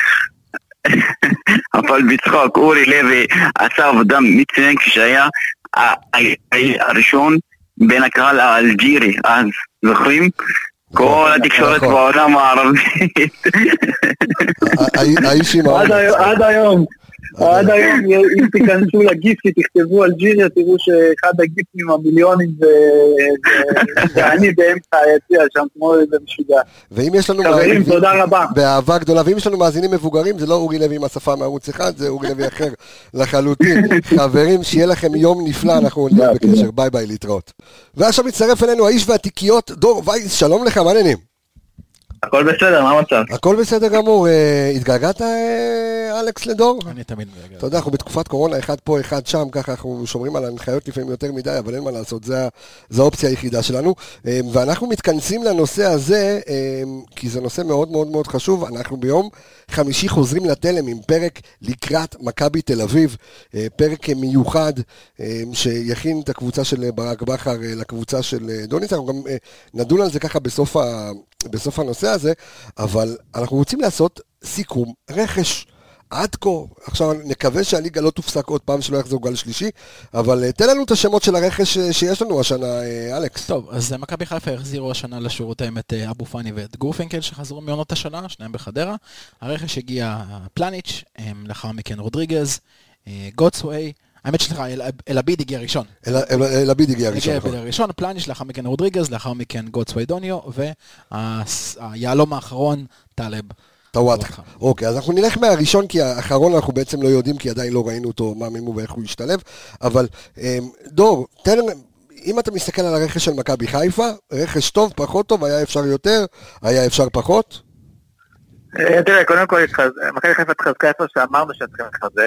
E: אבל בצחוק, אורי לוי עשה עבודה מצוין כשהיה הראשון בין הקהל האלג'ירי, אז זוכרים? כל התקשורת בעולם הערבית.
D: עד היום. עד היום, אם תיכנסו לגיפי, תכתבו על ג'יריה, תראו שאחד הגיפים המיליונים ואני באמצע היציע שם כמו איזה משוגע.
A: ואם יש לנו...
D: חברים, תודה רבה.
A: באהבה גדולה, ואם יש לנו מאזינים מבוגרים, זה לא אורי לוי עם השפה מערוץ אחד, זה אורי לוי אחר לחלוטין. חברים, שיהיה לכם יום נפלא, אנחנו נהיה בקשר, ביי ביי, להתראות. ועכשיו מצטרף אלינו האיש והתיקיות, דור וייס, שלום לך, מה נהנים?
E: הכל בסדר, מה המצב?
A: הכל בסדר גמור. התגעגעת, אלכס, לדור?
C: אני תמיד מתגעגע.
A: אתה יודע, אנחנו בתקופת קורונה, אחד פה, אחד שם, ככה אנחנו שומרים על ההנחיות לפעמים יותר מדי, אבל אין מה לעשות, זו האופציה היחידה שלנו. ואנחנו מתכנסים לנושא הזה, כי זה נושא מאוד מאוד מאוד חשוב. אנחנו ביום חמישי חוזרים לתלם עם פרק לקראת מכבי תל אביב, פרק מיוחד שיכין את הקבוצה של ברק בכר לקבוצה של דוניס. אנחנו גם נדון על זה ככה בסוף ה... בסוף הנושא הזה, אבל אנחנו רוצים לעשות סיכום רכש עד כה. עכשיו נקווה שהליגה לא תופסק עוד פעם, שלא יחזור גל שלישי, אבל תן לנו את השמות של הרכש שיש לנו השנה, אלכס.
C: טוב, אז מכבי חיפה החזירו השנה לשירותים את אבו פאני ואת גורפינקל שחזרו מעונות השנה, שניים בחדרה. הרכש הגיע פלניץ', לאחר מכן רודריגז, גוטסווי, האמת שלך, אלביד הגיע ראשון.
A: אלביד הגיע ראשון.
C: הגיע ראשון, פלניש, לאחר מכן רודריגז, לאחר מכן גוטסווי דוניו, והיעלום האחרון, טלב.
A: טוואטחה. אוקיי, אז אנחנו נלך מהראשון, כי האחרון אנחנו בעצם לא יודעים, כי עדיין לא ראינו אותו, מה מימו ואיך הוא ישתלב, אבל דור, תן, אם אתה מסתכל על הרכש של מכבי חיפה, רכש טוב, פחות טוב, היה אפשר יותר, היה אפשר פחות?
F: תראה, קודם כל, מכבי חיפה התחזקה איפה שאמרנו שצריכים לחזק,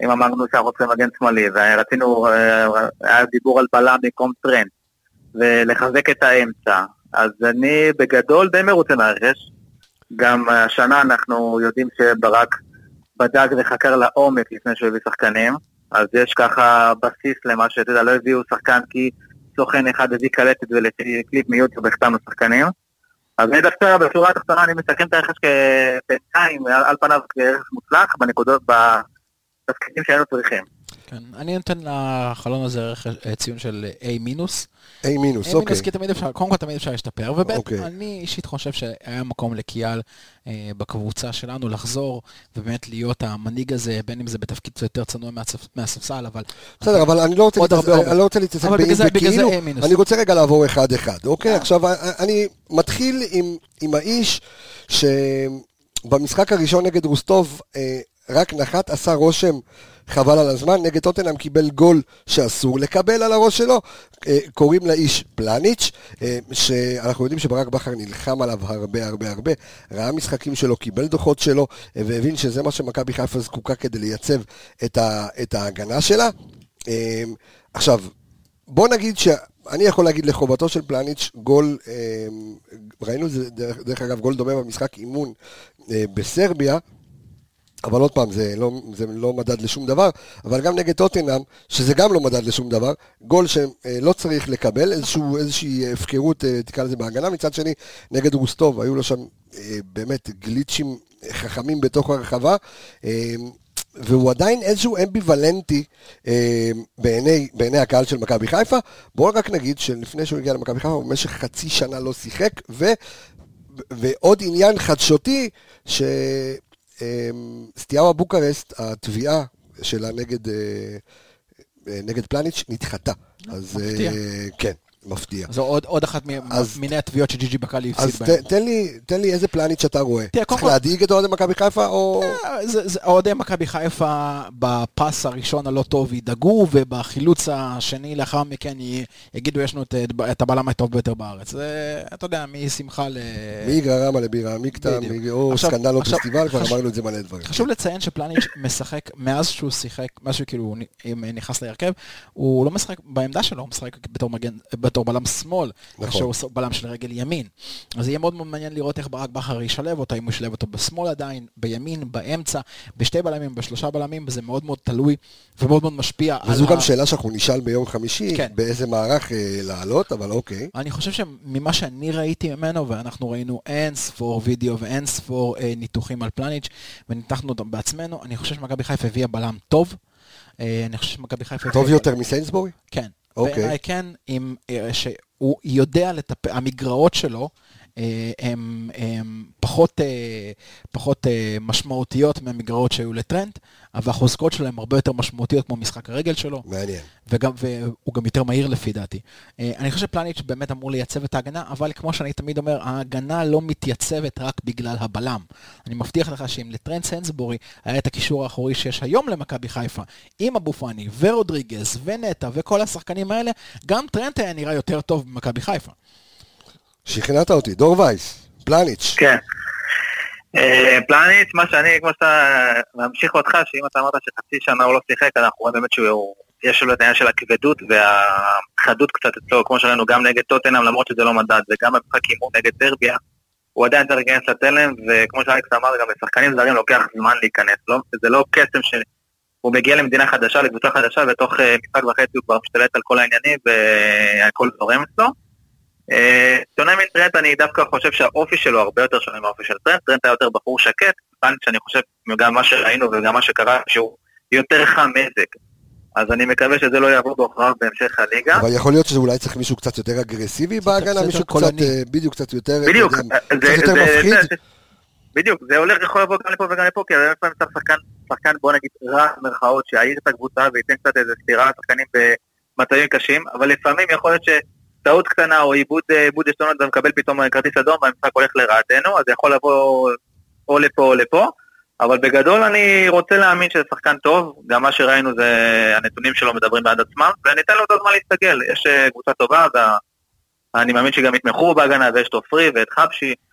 F: אם אמרנו שאנחנו צריכים מגן שמאלי, ורצינו, היה דיבור על בלם במקום טרנד, ולחזק את האמצע, אז אני בגדול די מרוצה מהרכש, גם השנה אנחנו יודעים שברק בדק וחקר לעומק לפני שהוא הביא שחקנים, אז יש ככה בסיס למה שאתה יודע, לא הביאו שחקן כי סוכן אחד הביא קלטת ולקליפ מיוטיוב החתמנו שחקנים, אז אני דווקא בשורה התחתונה אני מסכם את הרכש כפעמיים, על פניו כערך מוצלח בנקודות, בתפקידים שהיינו צריכים.
C: כן, אני נותן לחלון הזה ציון של A מינוס.
A: A מינוס, אוקיי.
C: A מינוס כי תמיד אפשר, קודם כל תמיד אפשר להשתפר, ובית אני אישית חושב שהיה מקום לקיאל בקבוצה שלנו לחזור, ובאמת להיות המנהיג הזה, בין אם זה בתפקיד יותר צנוע מהספסל, אבל...
A: בסדר, אבל אני לא רוצה להתעסק בכאילו, אני רוצה רגע לעבור אחד אחד, אוקיי? עכשיו, אני מתחיל עם האיש שבמשחק הראשון נגד רוסטוב רק נחת, עשה רושם חבל על הזמן, נגד טוטנהאם קיבל גול שאסור לקבל על הראש שלו, קוראים לאיש פלניץ', שאנחנו יודעים שברק בכר נלחם עליו הרבה הרבה הרבה, ראה משחקים שלו, קיבל דוחות שלו, והבין שזה מה שמכבי חיפה זקוקה כדי לייצב את ההגנה שלה. עכשיו, בוא נגיד שאני יכול להגיד לחובתו של פלניץ' גול, ראינו זה דרך אגב גול דומה במשחק אימון בסרביה, אבל עוד פעם, זה לא, זה לא מדד לשום דבר, אבל גם נגד טוטנהאם, שזה גם לא מדד לשום דבר, גול שלא צריך לקבל, איזשהו, איזושהי הפקרות, תקרא לזה בהגנה, מצד שני, נגד רוסטוב, היו לו שם באמת גליצ'ים חכמים בתוך הרחבה, והוא עדיין איזשהו אמביוולנטי בעיני, בעיני הקהל של מכבי חיפה. בואו רק נגיד שלפני שהוא הגיע למכבי חיפה, הוא במשך חצי שנה לא שיחק, ו, ועוד עניין חדשותי, ש... סטיאבה בוקרסט, התביעה שלה נגד, נגד פלניץ' נדחתה. אז כן, מפתיע.
C: זו עוד, עוד אחת מיני התביעות שג'י ג'י בקאלי הפסיד
A: בהן. אז תן לי, תן לי איזה פלניץ' שאתה רואה. צריך להדאיג את אוהדי מכבי חיפה או...
C: אוהדי מכבי חיפה בפס הראשון הלא טוב ידאגו, ובחילוץ השני לאחר מכן יגידו יש לנו את הבלם הטוב ביותר בארץ. זה, אתה יודע, משמחה ל...
A: מי גרמה לבירה, מיקטה, או סקנדל או פסטיבל, כבר אמרנו את זה מלא דברים.
C: חשוב לציין שפלניץ' משחק, מאז שהוא שיחק, מאז שהוא כאילו נכנס להרכב, הוא לא משחק בעמדה שלו, הוא משחק בתור מגן, בתור בלם שמאל, שהוא בלם של רגל ימין. אז יהיה מאוד מאוד מעניין לראות איך ברק בכר ישלב אותו, אם הוא ישלב אותו בשמאל עדיין, בימין, באמצע, בשתי בלמים, בשלושה בלמים, וזה מאוד מאוד תלוי ומאוד מאוד משפיע.
A: וזו גם שאלה שאנחנו נשאל ביום חמישי, באיזה מערך לעלות, אבל אוקיי.
C: אני חושב שממה שאני ראיתי ממנו, ואנחנו ראינו אין ספור וידאו ואין ספור ניתוחים על פלניץ' וניתחנו אותם בעצמנו, אני חושב שמכבי חיפה הביאה בלם טוב. אני חושב שמכבי חיפה...
A: טוב יותר מסיינסבורי?
C: כן. בעיניי כן, עם, שהוא יודע לטפל, המגרעות שלו הם, הם פחות, פחות משמעותיות מהמגרעות שהיו לטרנד, אבל החוזקות שלהם הרבה יותר משמעותיות כמו משחק הרגל שלו.
A: מעניין.
C: וגם, והוא גם יותר מהיר לפי דעתי. אני חושב שפלניץ' באמת אמור לייצב את ההגנה, אבל כמו שאני תמיד אומר, ההגנה לא מתייצבת רק בגלל הבלם. אני מבטיח לך שאם לטרנד סיינסבורי היה את הקישור האחורי שיש היום למכבי חיפה, עם אבו פאני ורודריגז ונטה וכל השחקנים האלה, גם טרנד היה נראה יותר טוב במכבי חיפה.
A: שכנעת אותי, דור וייס, פלניץ'.
F: כן. פלניץ', מה שאני, כמו שאתה ממשיך אותך, שאם אתה אמרת שחצי שנה הוא לא שיחק, אנחנו רואים באמת שיש לו את העניין של הכבדות והחדות קצת אצלו, כמו שראינו גם נגד טוטנהאם, למרות שזה לא מדד, וגם במשחק אימון נגד סרביה, הוא עדיין צריך להיכנס לתלם, וכמו שאלכס אמר, גם לשחקנים זרים לוקח זמן להיכנס, זה לא קסם שהוא מגיע למדינה חדשה, לקבוצה חדשה, ותוך משחק וחצי הוא כבר משתלט על כל העניינים, והכל זורם אצלו. שונה מטרנט, אני דווקא חושב שהאופי שלו הרבה יותר שונה מהאופי של טרנט, טרנט היה יותר בחור שקט, פלניץ' שאני חושב גם מה שראינו וגם מה שקרה שהוא יותר חם מזג, אז אני מקווה שזה לא יעבור באחריו בהמשך הליגה.
A: אבל יכול להיות שזה אולי צריך מישהו קצת יותר אגרסיבי בהגנה, מישהו קצת, בדיוק קצת יותר
F: מפחיד. בדיוק, זה הולך יכול לבוא גם לפה וגם לפה, כי לפעמים צריך שחקן בוא נגיד רע מרכאות, שיעיר את הקבוצה וייתן קצת איזה סתירה לשחקנים במצבים קשים, אבל לפעמים יכול להיות ש טעות קטנה או עיבוד עשתונות ומקבל פתאום כרטיס אדום והמשחק הולך לרעתנו, אז זה יכול לבוא או לפה או לפה, אבל בגדול אני רוצה להאמין שזה שחקן טוב, גם מה שראינו זה הנתונים שלו מדברים בעד עצמם, וניתן לו את הזמן להסתגל, יש קבוצה טובה, ואני מאמין שגם יתמכו בהגנה, ויש תופרי ואת חבשי,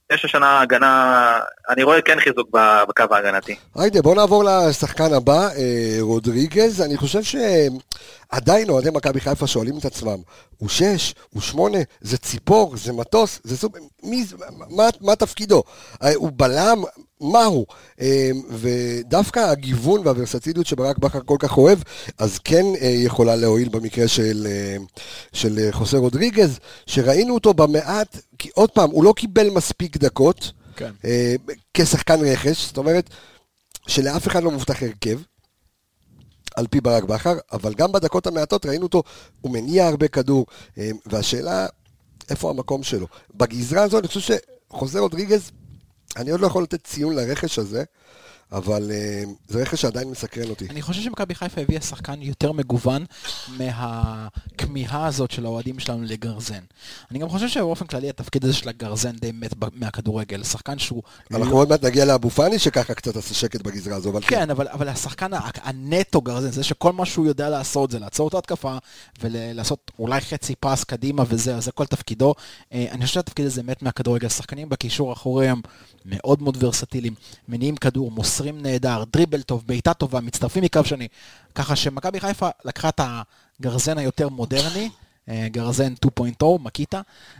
F: יש השנה הגנה, אני רואה כן חיזוק בקו ההגנתי.
A: היידה, בוא נעבור לשחקן הבא, רודריגז. אני חושב שעדיין אוהדי מכבי חיפה שואלים את עצמם, הוא שש, הוא שמונה, זה ציפור, זה מטוס, זה סוג, מי, מה, מה תפקידו? הוא בלם, מה הוא? ודווקא הגיוון והוורסטיליות שברק בכר כל כך אוהב, אז כן יכולה להועיל במקרה של, של חוסה רודריגז, שראינו אותו במעט, כי עוד פעם, הוא לא קיבל מספיק דקות, כן. כשחקן רכש, זאת אומרת, שלאף אחד לא מובטח הרכב, על פי ברק בכר, אבל גם בדקות המעטות ראינו אותו, הוא מניע הרבה כדור, והשאלה, איפה המקום שלו? בגזרה הזו, אני חושב שחוסה רודריגז, אני עוד לא יכול לתת ציון לרכש הזה, אבל uh, זה רכש שעדיין מסקרן אותי.
C: אני חושב שמכבי חיפה הביאה שחקן יותר מגוון מהכמיהה הזאת של האוהדים שלנו לגרזן. אני גם חושב שבאופן כללי התפקיד הזה של הגרזן די מת מהכדורגל. שחקן שהוא...
A: אנחנו עוד מעט נגיע לאבו פאני שככה קצת עשה שקט בגזרה הזו. אבל
C: כן, אבל, אבל השחקן הנטו גרזן, זה שכל מה שהוא יודע לעשות זה לעצור את ההתקפה ולעשות אולי חצי פס קדימה וזה, זה כל תפקידו. אני חושב שהתפקיד הזה מת מהכדורגל. שחקנים בקישור האחורי הם מאוד מאוד ורסטיליים, מניעים כדור, מוסרים נהדר, דריבל טוב, בעיטה טובה, מצטרפים מקו שני. ככה שמכבי חיפה לקחה את הגרזן היותר מודרני, גרזן שתיים נקודה אפס, מקיטה,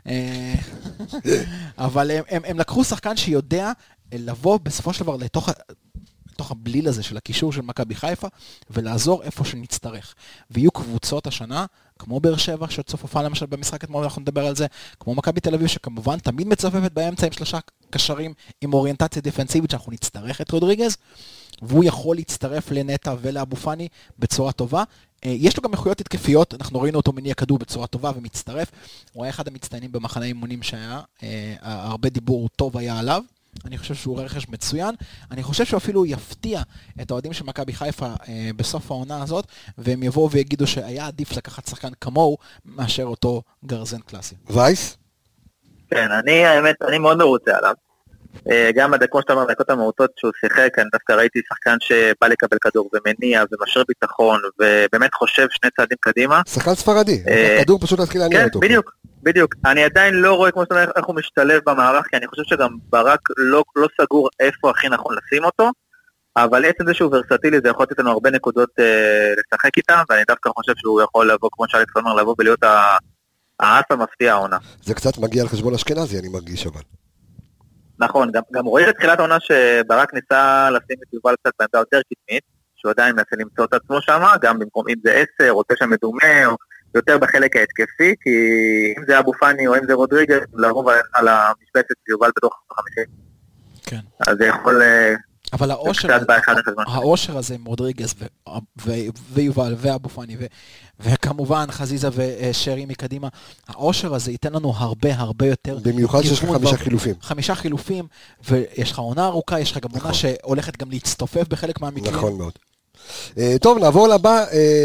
C: אבל הם, הם, הם לקחו שחקן שיודע לבוא בסופו של דבר לתוך, לתוך הבליל הזה של הקישור של מכבי חיפה, ולעזור איפה שנצטרך. ויהיו קבוצות השנה, כמו באר שבע, שצופפה למשל במשחק אתמול, אנחנו נדבר על זה, כמו מכבי תל אביב, שכמובן תמיד מצופפת באמצע עם שלושה קשרים, עם אוריינטציה דיפנסיבית, שאנחנו נצטרך את רודריגז, והוא יכול להצטרף לנטה ולאבו פאני בצורה טובה. יש לו גם איכויות התקפיות, אנחנו ראינו אותו מניע כדור בצורה טובה ומצטרף, הוא היה אחד המצטיינים במחנה אימונים שהיה, הרבה דיבור טוב היה עליו, אני חושב שהוא רכש מצוין, אני חושב שהוא אפילו יפתיע את האוהדים של מכבי חיפה אה, בסוף העונה הזאת, והם יבואו ויגידו שהיה עדיף לקחת שחקן כמוהו, מאשר אותו גרזן קלאסי.
A: וייס?
F: כן, אני האמת, אני מאוד מרוצה עליו. אה, גם הדקות שאתה אומר, הדקות המרוצות שהוא שיחק, אני דווקא ראיתי שחקן שבא לקבל כדור ומניע ומשאיר ביטחון, ובאמת חושב שני צעדים קדימה.
A: שחקן ספרדי, אה, כדור פשוט להתחיל להניע
F: כן,
A: אותו.
F: כן, בדיוק. בדיוק, אני עדיין לא רואה כמו שאתה אומר איך הוא משתלב במערך, כי אני חושב שגם ברק לא, לא סגור איפה הכי נכון לשים אותו, אבל עצם זה שהוא ורסטילי זה יכול לתת לנו הרבה נקודות אה, לשחק איתה, ואני דווקא חושב שהוא יכול לבוא, כמו שאלכס אומר, לבוא ולהיות האס המפתיע העונה.
A: זה קצת מגיע על חשבון אשכנזי, אני מרגיש אבל.
F: נכון, גם, גם רואים את תחילת העונה שברק ניסה לשים את יובל קצת בעמדה יותר קדמית, שהוא עדיין מנסה למצוא את עצמו שם, גם במקום אם זה עשר, או תשע מדומה, או יותר בחלק ההתקפי, כי אם זה אבו פאני או אם זה רודריגז, לרוב על המשבצת יובל בתוך החמישים.
C: כן.
F: אז זה יכול...
C: אבל האושר, האושר הזה עם רודריגז ויובל ואבו פאני וכמובן חזיזה ושרי מקדימה, האושר הזה ייתן לנו הרבה הרבה יותר.
A: במיוחד שיש לך חמישה חילופים.
C: חמישה חילופים, ויש לך עונה ארוכה, יש לך גם עונה שהולכת גם להצטופף בחלק מהמקרים.
A: נכון מאוד. טוב, נעבור לבא,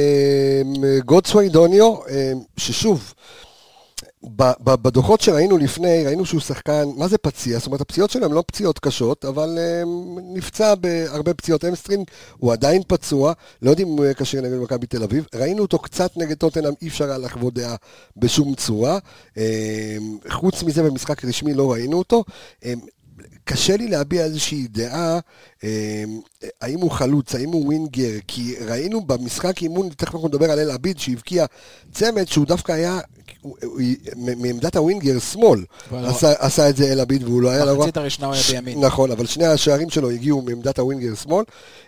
A: גודסווי דוניו, ששוב, בדוחות שראינו לפני, ראינו שהוא שחקן, מה זה פציע? זאת אומרת, הפציעות שלו הן לא פציעות קשות, אבל נפצע בהרבה פציעות אמסטרינג, הוא עדיין פצוע, לא יודעים אם הוא יהיה קשיר נגד מכבי תל אביב, ראינו אותו קצת נגד טוטנהאם, אי אפשר לחוות דעה בשום צורה, חוץ מזה במשחק רשמי לא ראינו אותו, קשה לי להביע איזושהי דעה, האם הוא חלוץ, האם הוא ווינגר, כי ראינו במשחק אימון, תכף אנחנו נדבר על אל עביד, שהבקיע צמד, שהוא דווקא היה, מעמדת הווינגר שמאל, עשה את זה אל עביד, והוא לא היה לרוע.
C: מחצית הראשונה הוא היה בימין.
A: נכון, אבל שני השערים שלו הגיעו מעמדת הווינגר שמאל.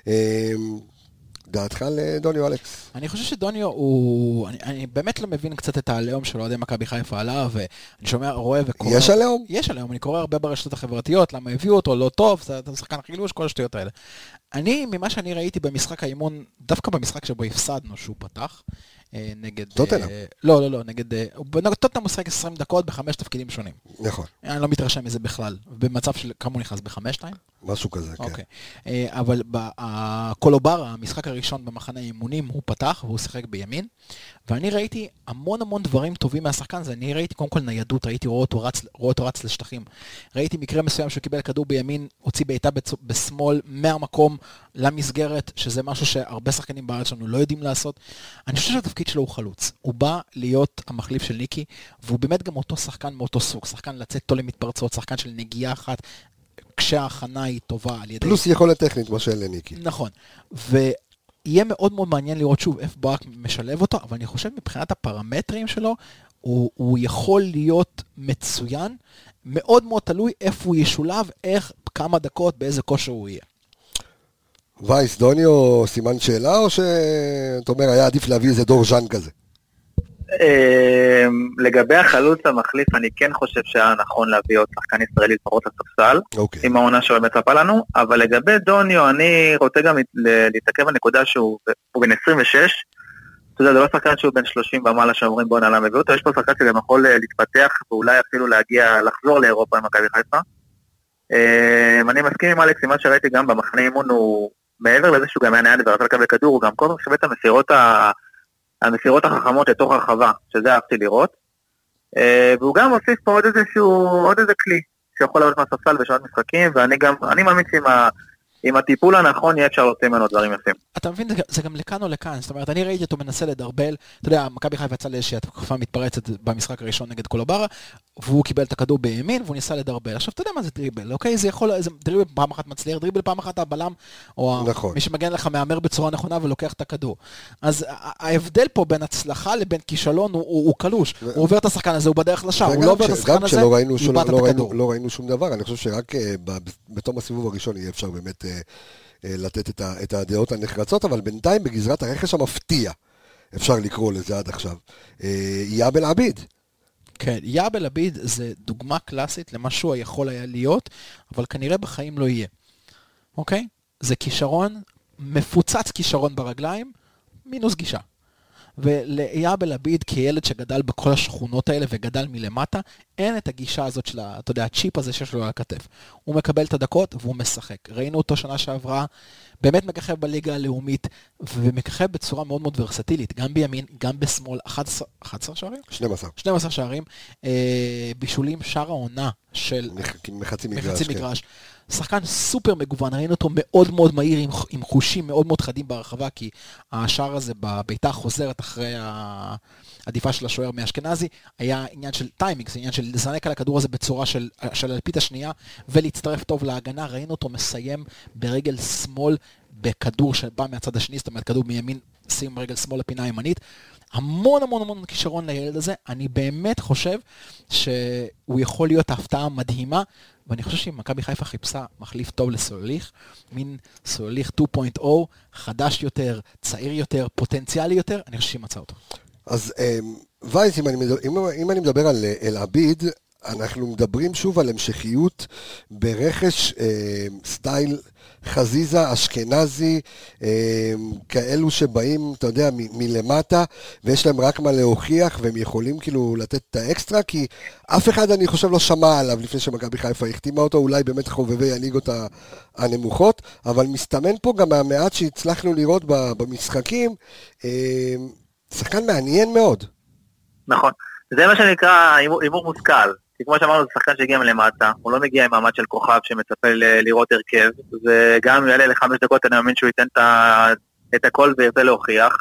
A: דעתך לדוניו, אלכס?
C: אני חושב שדוניו הוא... אני, אני באמת לא מבין קצת את הלאום שלו, אוהדי מכבי חיפה עליו, ואני שומע, רואה וקורא...
A: יש הלאום?
C: יש הלאום, אני קורא הרבה ברשתות החברתיות, למה הביאו אותו, לא טוב, זה שחקן חילוש, כל השטויות האלה. אני, ממה שאני ראיתי במשחק האימון, דווקא במשחק שבו הפסדנו, שהוא פתח, נגד...
A: טוטנהאם.
C: לא, לא, לא, נגד... טוטנהאם משחק עשרים דקות בחמש תפקידים שונים.
A: נכון.
C: אני לא מתרשם מזה בכלל. במצב של כמה הוא נכנס בחמש שתיים?
A: משהו כזה, כן.
C: אוקיי. אבל הקולובר, המשחק הראשון במחנה האימונים, הוא פתח והוא שיחק בימין, ואני ראיתי המון המון דברים טובים מהשחקן הזה. אני ראיתי קודם כל ניידות, ראיתי רואה אותו רץ, רואה אותו רץ לשטחים. ראיתי מקרה מסוים שהוא קיבל כדור בימין, הוציא בעיטה בשמאל מהמקום, למסגרת, שזה משהו שהרבה שחקנים בארץ שלנו לא יודעים לעשות. אני חושב שהתפקיד שלו הוא חלוץ. הוא בא להיות המחליף של ניקי, והוא באמת גם אותו שחקן מאותו סוג, שחקן לצאת טוב למתפרצות, שחקן של נגיעה אחת, כשההכנה היא טובה על ידי...
A: פלוס יכולת טכנית, כמו שאין לניקי.
C: נכון. ויהיה מאוד מאוד מעניין לראות שוב איך ברק משלב אותו, אבל אני חושב מבחינת הפרמטרים שלו, הוא, הוא יכול להיות מצוין, מאוד מאוד תלוי איפה הוא ישולב, איך, כמה דקות, באיזה כושר הוא יהיה.
A: וייס, דוניו, סימן שאלה, או שאתה אומר, היה עדיף להביא איזה דור ז'אן כזה?
F: לגבי החלוץ המחליף, אני כן חושב שהיה נכון להביא עוד שחקן ישראלי לפחות לספסל, עם העונה שהוא מצפה לנו, אבל לגבי דוניו, אני רוצה גם להתעכב בנקודה שהוא בן עשרים ושש, אתה יודע, זה לא שחקן שהוא בן שלושים ומעלה שאומרים בוא נעלה מביא אותו, יש פה שחקן שגם יכול להתפתח ואולי אפילו להגיע, לחזור לאירופה עם מכבי חיפה. אני מסכים עם אלכס, עם מה שראיתי גם במחנה אימון, הוא מעבר לזה שהוא גם היה נייד ורצה לקבל כדור, הוא גם כל כך שווה את המסירות ה... המסירות החכמות לתוך הרחבה, שזה אהבתי לראות, והוא גם הוסיף פה עוד איזשהו, עוד איזה כלי, שיכול לעלות מהספסל בשעות משחקים, ואני גם, אני מאמין שעם ה... עם הטיפול הנכון יהיה אפשר להוציא ממנו דברים יפים.
C: אתה מבין, זה גם לכאן או לכאן, זאת אומרת, אני ראיתי אותו מנסה לדרבל, אתה יודע, מכבי חיפה יצא לאיזושהי התקופה מתפרצת במשחק הראשון נגד קולוברה, והוא קיבל את הכדור בימין, והוא ניסה לדרבל. עכשיו, אתה יודע מה זה דריבל, אוקיי? זה יכול, זה דריבל פעם אחת מצליח, דריבל פעם אחת הבלם, או
A: נכון.
C: מי שמגן לך מאמר בצורה נכונה ולוקח את הכדור. אז ההבדל פה בין הצלחה לבין כישלון הוא, הוא, הוא קלוש. ו... הוא עובר את השחקן הזה, הוא בדרך לשער, הוא לא עובר את השחקן הזה, איבד את הכדור.
A: לא ראינו שום דבר, אני חושב שרק בתום הסיבוב הראשון יהיה אפשר באמת לתת את, ה, את הדעות הנחרצות, אבל בינתיים בגזרת הרכש המפתיע, אפשר לקרוא לזה עד עכשיו, יאב אל עביד.
C: כן, יאב אל עביד זה דוגמה קלאסית למשהו היכול היה להיות, אבל כנראה בחיים לא יהיה. אוקיי? זה כישרון, מפוצץ כישרון ברגליים, מינוס גישה. וליאב אל עביד כילד שגדל בכל השכונות האלה וגדל מלמטה, אין את הגישה הזאת של, אתה יודע, הצ'יפ הזה שיש לו על הכתף. הוא מקבל את הדקות והוא משחק. ראינו אותו שנה שעברה, באמת מככב בליגה הלאומית, ומככב בצורה מאוד מאוד ורסטילית, גם בימין, גם בשמאל, אחת עשרה שערים?
A: שנים עשר.
C: שנים עשר שערים, אה, בישולים שער העונה של...
A: מחצי מגרש.
C: מחצי מגרש. כן. שחקן סופר מגוון, ראינו אותו מאוד מאוד מהיר, עם, עם חושים מאוד מאוד חדים ברחבה, כי השער הזה בביתה חוזרת אחרי העדיפה של השוער מאשכנזי, היה עניין של טיימינג, זה עניין של לזנק על הכדור הזה בצורה של, של אלפית השנייה, ולהצטרף טוב להגנה, ראינו אותו מסיים ברגל שמאל, בכדור שבא מהצד השני, זאת אומרת, כדור מימין, שים רגל שמאל לפינה הימנית, המון המון המון כישרון לילד הזה, אני באמת חושב שהוא יכול להיות ההפתעה מדהימה, ואני חושב שאם מכבי חיפה חיפשה מחליף טוב לסולליך, מין סולליך שתיים נקודה אפס, חדש יותר, צעיר יותר, פוטנציאלי יותר, אני חושב שהיא מצאה אותו.
A: אז וייס, אם אני מדבר, אם, אם אני מדבר על אל עביד, אנחנו מדברים שוב על המשכיות ברכש אה, סטייל חזיזה, אשכנזי, אה, כאלו שבאים, אתה יודע, מ- מלמטה, ויש להם רק מה להוכיח, והם יכולים כאילו לתת את האקסטרה, כי אף אחד אני חושב לא שמע עליו לפני שמכבי חיפה החתימה אותו, אולי באמת חובבי הליגות הנמוכות, אבל מסתמן פה גם מהמעט שהצלחנו לראות במשחקים, אה, שחקן מעניין מאוד.
F: נכון, זה מה שנקרא הימור מושכל. כי כמו שאמרנו, זה שחקן שהגיע מלמטה, הוא לא מגיע עם מעמד של כוכב שמצפה לראות הרכב, וגם יעלה לחמש דקות, אני מאמין שהוא ייתן את הכל וירצה להוכיח.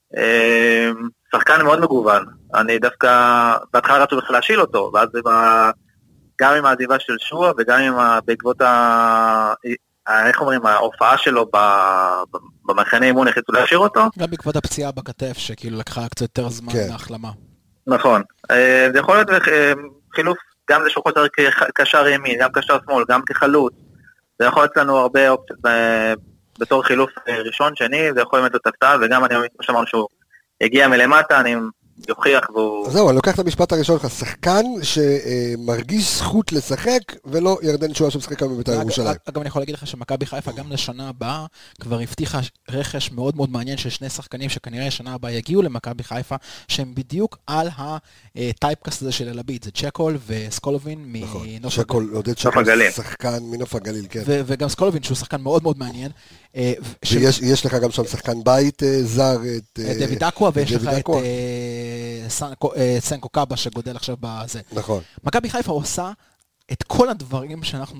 F: שחקן מאוד מגוון, אני דווקא, בהתחלה רצו בכלל להשיל אותו, ואז גם עם העזיבה של שועה, וגם עם בעקבות ה... איך אומרים, ההופעה שלו במחנה אימון החליטו להשאיר אותו.
C: גם בעקבות הפציעה בכתף, שכאילו לקחה קצת יותר זמן להחלמה.
F: נכון, זה יכול להיות חילוף, גם זה שהוא חוזר כקשר ימין, גם קשר שמאל, גם כחלוץ, זה יכול להיות לנו הרבה אופציות בתור חילוף ראשון, שני, זה יכול להיות הפתעה, וגם אני כמו שאמרנו שהוא הגיע מלמטה, אני יוכיח והוא...
A: זהו, אני לוקח את המשפט הראשון לך, שחקן שמרגיש זכות לשחק, ולא ירדן שועה שמשחק כאן בבית"ר ירושלים.
C: אגב, אני יכול להגיד לך שמכבי חיפה גם לשנה הבאה, כבר הבטיחה רכש מאוד מאוד מעניין של שני שחקנים, שכנראה השנה הבאה יגיעו למכבי חיפה, שהם בדיוק על הטייפקאסט הזה של אל עביד, זה צ'קול וסקולובין מנוף
A: הגליל. עודד צ'קול, שחקן מנוף הגליל, כן.
C: וגם סקולובין, שהוא שחקן מאוד מאוד מעניין.
A: ויש לך גם שם שחקן בית זר, את
C: דוד אקווה, ויש לך את סנקו קאבה שגודל עכשיו בזה.
A: נכון.
C: מכבי חיפה עושה את כל הדברים שאנחנו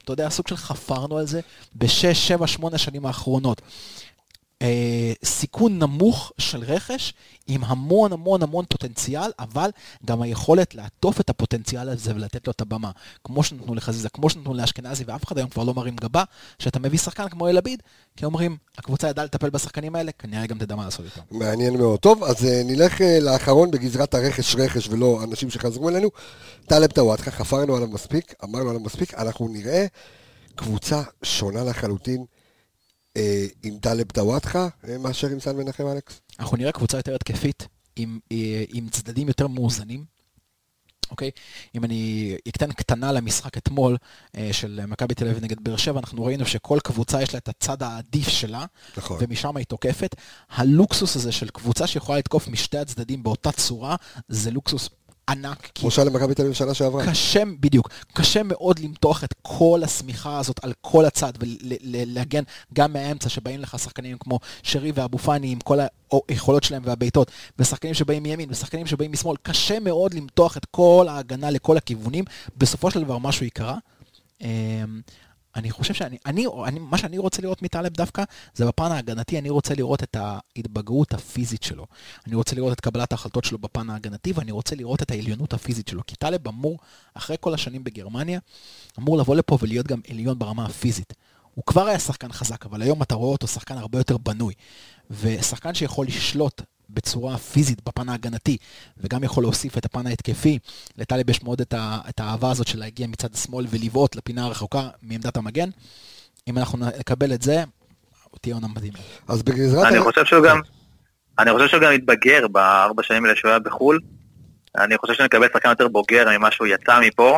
C: אתה יודע, סוג של חפרנו על זה בשש, שבע, שמונה שנים האחרונות. אה, סיכון נמוך של רכש, עם המון המון המון פוטנציאל, אבל גם היכולת לעטוף את הפוטנציאל הזה ולתת לו את הבמה. כמו שנתנו לחזיזה, כמו שנתנו לאשכנזי, ואף אחד היום כבר לא מרים גבה, שאתה מביא שחקן כמו אלביד, כי אומרים, הקבוצה ידעה לטפל בשחקנים האלה, כנראה גם תדע מה לעשות איתם.
A: מעניין מאוד. טוב, אז נלך לאחרון בגזרת הרכש רכש, ולא אנשים שחזרו אלינו. טלב טוואטחה, חפרנו עליו מספיק, אמרנו עליו מספיק, אנחנו נראה קבוצה שונה לחלוטין, עם טלב טוואטחה, מאשר עם סן מנחם אלכס?
C: אנחנו נראה קבוצה יותר התקפית, עם, עם צדדים יותר מאוזנים, אוקיי? אם אני אקטן קטנה למשחק אתמול, של מכבי תל אביב נגד באר שבע, אנחנו ראינו שכל קבוצה יש לה את הצד העדיף שלה, נכון. ומשם היא תוקפת. הלוקסוס הזה של קבוצה שיכולה לתקוף משתי הצדדים באותה צורה, זה לוקסוס ענק.
A: כמו שהיה למכבי תל אביב שנה שעברה.
C: קשה, בדיוק, קשה מאוד למתוח את כל הסמיכה הזאת על כל הצד, ולהגן גם מהאמצע שבאים לך שחקנים כמו שרי ואבו פאני, עם כל היכולות שלהם והביתות, ושחקנים שבאים מימין, ושחקנים שבאים משמאל, קשה מאוד למתוח את כל ההגנה לכל הכיוונים, בסופו של דבר משהו יקרה. אני חושב שאני, אני, אני, מה שאני רוצה לראות מטלב דווקא, זה בפן ההגנתי, אני רוצה לראות את ההתבגרות הפיזית שלו. אני רוצה לראות את קבלת ההחלטות שלו בפן ההגנתי, ואני רוצה לראות את העליונות הפיזית שלו. כי טלב אמור, אחרי כל השנים בגרמניה, אמור לבוא לפה ולהיות גם עליון ברמה הפיזית. הוא כבר היה שחקן חזק, אבל היום אתה רואה אותו שחקן הרבה יותר בנוי. ושחקן שיכול לשלוט בצורה פיזית בפן ההגנתי, וגם יכול להוסיף את הפן ההתקפי. לטלב יש מאוד את, ה, את האהבה הזאת של להגיע מצד שמאל ולבעוט לפינה הרחוקה מעמדת המגן. אם אנחנו נקבל את זה, תהיה עונה מדהימה.
A: אז בגזרת...
F: אני חושב שהוא גם, אני חושב שהוא גם התבגר בארבע שנים האלה שהוא היה בחול. אני חושב שנקבל שחקן יותר בוגר ממה שהוא יצא מפה.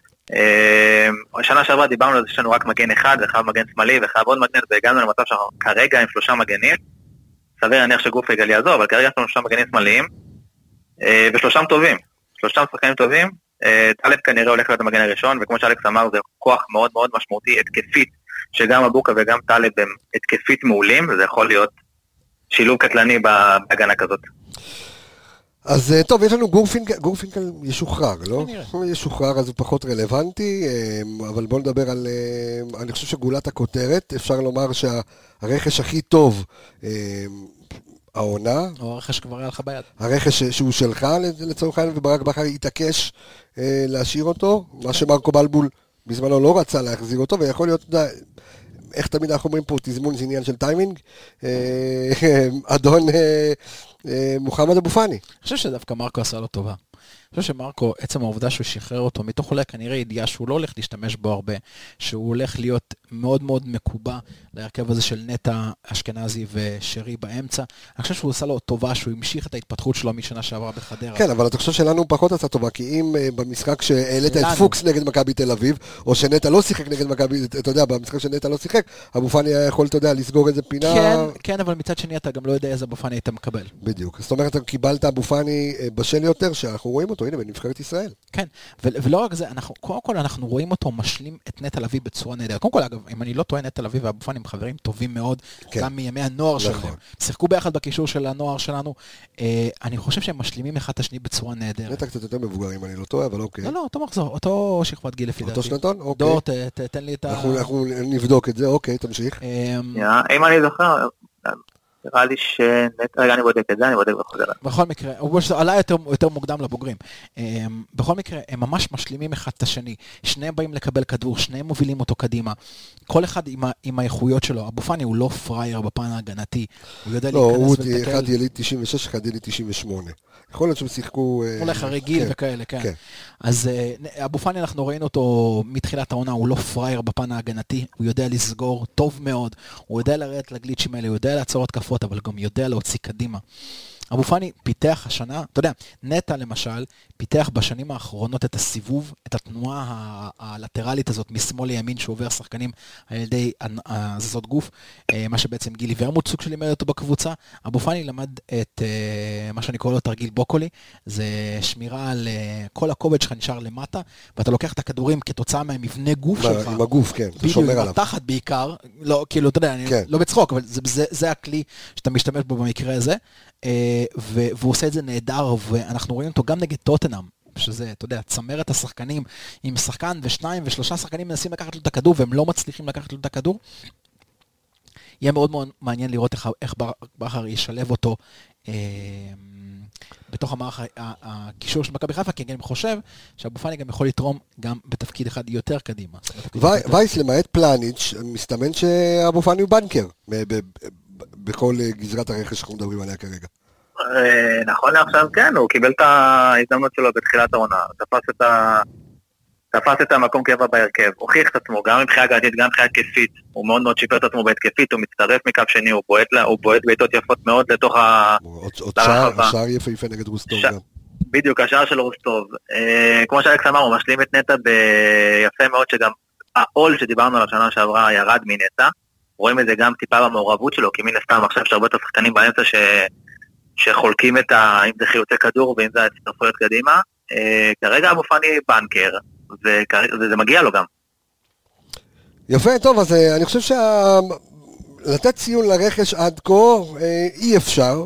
F: השנה שעברה דיברנו על זה שיש לנו רק מגן אחד, וחייב מגן שמאלי, וחייב עוד מגן, והגענו למצב שכרגע עם שלושה מגנים. סביר להניח שגוף יגל יעזור, אבל כרגע יש לנו שלושה מגנים שמאליים, ושלושם טובים, שלושם שחקנים טובים. טלב כנראה הולך להיות המגן הראשון, וכמו שאלכס אמר, זה כוח מאוד מאוד משמעותי, התקפית, שגם אבוקה וגם טלב הם התקפית מעולים, וזה יכול להיות שילוב קטלני בהגנה כזאת.
A: אז טוב, יש לנו גורפינקל, גורפינקל ישוחרר, לא? ישוחרר, אז הוא פחות רלוונטי, אבל בואו נדבר על, אני חושב שגולת הכותרת, אפשר לומר שהרכש הכי טוב, העונה.
C: או הרכש כבר היה לך ביד.
A: הרכש שהוא שלך לצורך העניין, וברק בכר יתעקש להשאיר אותו, מה שמרקו בלבול בזמנו לא רצה להחזיר אותו, ויכול להיות, איך תמיד אנחנו אומרים פה, תזמון זה עניין של טיימינג, אדון מוחמד אבו פאני.
C: אני חושב שדווקא מרקו עשה לו טובה. אני חושב שמרקו, עצם העובדה שהוא שחרר אותו, מתוך אולי כנראה ידיעה שהוא לא הולך להשתמש בו הרבה, שהוא הולך להיות מאוד מאוד מקובע להרכב הזה של נטע, אשכנזי ושרי באמצע. אני חושב שהוא עושה לו טובה, שהוא המשיך את ההתפתחות שלו משנה שעברה בחדרה.
A: כן, אבל אתה חושב שלנו פחות עשה טובה, כי אם במשחק שהעלית את פוקס נגד מכבי תל אביב, או שנטע לא שיחק נגד מכבי, אתה יודע, במשחק שנטע לא שיחק, אבו פאני היה יכול, אתה יודע, לסגור איזה פינה.
C: כן, כן, אבל מצד שני אתה גם לא יודע איזה אבו פאני אתה מקבל.
A: בדיוק. זאת אומרת, קיבלת אבו פאני בשל יותר, שאנחנו רואים אותו, הנה, בנבחרת ישראל.
C: כן, ולא רק זה, אנחנו, קודם כל אנחנו רואים אותו משלים את נטע לביא בצורה נהדרת. קודם כל, אגב, אם אני לא טועה, נטע לביא ואבו פאני הם חברים טובים מאוד, כן. גם מימי הנוער שלהם. שיחקו ביחד בקישור של הנוער שלנו. אה, אני חושב שהם משלימים אחד את השני בצורה נהדרת.
A: נטע קצת יותר מבוגר, אם אני לא טועה, אבל אוקיי.
C: לא, לא, אותו מחזור, אותו שכבת גיל לפי דעתי.
A: אותו שנתון? אוקיי.
C: דור, ת, ת, תן לי את ה...
A: אנחנו, אנחנו נבדוק את זה, אוקיי, תמשיך.
F: אם אני זוכר... נראה לי שנט... רגע, אני בודק את זה, אני בודק בחוזר.
C: בכל מקרה, הוא עלה יותר, יותר מוקדם לבוגרים. בכל מקרה, הם ממש משלימים אחד את השני. שניהם באים לקבל כדור, שניהם מובילים אותו קדימה. כל אחד עם, ה... עם האיכויות שלו. אבו פאני הוא לא פרייר בפן ההגנתי. הוא יודע
A: לא,
C: להיכנס
A: ולתקל. לא, הוא אחד יליד תשעים ושש, אחד יליד תשעים ושמונה. יכול להיות שהם שיחקו...
C: אולי חריגים
A: כן,
C: וכאלה, כן.
A: כן.
C: אז אבו פאני, אנחנו ראינו אותו מתחילת העונה, הוא לא פרייר בפן ההגנתי, הוא יודע לסגור טוב מאוד, הוא יודע לרדת לגליצ'ים האלה, הוא יודע לעצור התקפות, אבל גם יודע להוציא קדימה. אבו פאני פיתח השנה, אתה יודע, נטע למשל, פיתח בשנים האחרונות את הסיבוב, את התנועה הלטרלית הזאת משמאל לימין שעובר שחקנים על ידי הזזות גוף, מה שבעצם גילי ורמוט סוג של לימד אותו בקבוצה. אבו פאני למד את מה שאני קורא לו תרגיל בוקולי, זה שמירה על כל הכובד שלך נשאר למטה, ואתה לוקח את הכדורים כתוצאה מהמבנה גוף שלך.
A: עם הגוף, כן, אתה שומר עליו.
C: בדיוק, בתחת בעיקר, לא, כאילו, אתה יודע,
A: כן.
C: לא בצחוק, אבל זה, זה, זה הכלי שאתה משתמש בו במקרה הזה. והוא עושה את זה נהדר, ואנחנו רואים אותו גם נגד טוטנהאם, שזה, אתה יודע, צמרת השחקנים עם שחקן ושניים ושלושה שחקנים מנסים לקחת לו את הכדור, והם לא מצליחים לקחת לו את הכדור. יהיה מאוד מאוד מעניין לראות איך, איך בכר ישלב אותו אה, בתוך המערך הקישור של מכבי חיפה, כי אני חושב שאבו פאני גם יכול לתרום גם בתפקיד אחד יותר קדימה.
A: וייס, למעט פלניץ', מסתמן שאבו פאני הוא בנקר בכל גזרת הרכש שאנחנו מדברים עליה כרגע.
F: נכון לעכשיו כן, הוא קיבל את ההזדמנות שלו בתחילת העונה, תפס את ה... תפס את המקום קבע בהרכב, הוכיח את עצמו, גם מבחינה הגעתית, גם מבחינה התקפית, הוא מאוד מאוד שיפר את עצמו בהתקפית, הוא מצטרף מקו שני, הוא בועט, הוא בועט בעיטות יפות מאוד לתוך הרחבה.
A: השער יפה נגד רוסטוב גם.
F: בדיוק, השער של רוסטוב. כמו שאלכס אמר, הוא משלים את נטע ביפה מאוד, שגם העול שדיברנו על השנה שעברה ירד מנטע, רואים את זה גם טיפה במעורבות שלו, כי מן הסתם עכשיו יש הרבה את השחקנים באמצע שחולקים את ה... אם זה חיוצי כדור ואם זה הצטרפויות קדימה. כרגע אבו פאני בנקר, וזה מגיע לו גם.
A: יפה, טוב, אז אני חושב שלתת ציון לרכש עד כה אי אפשר,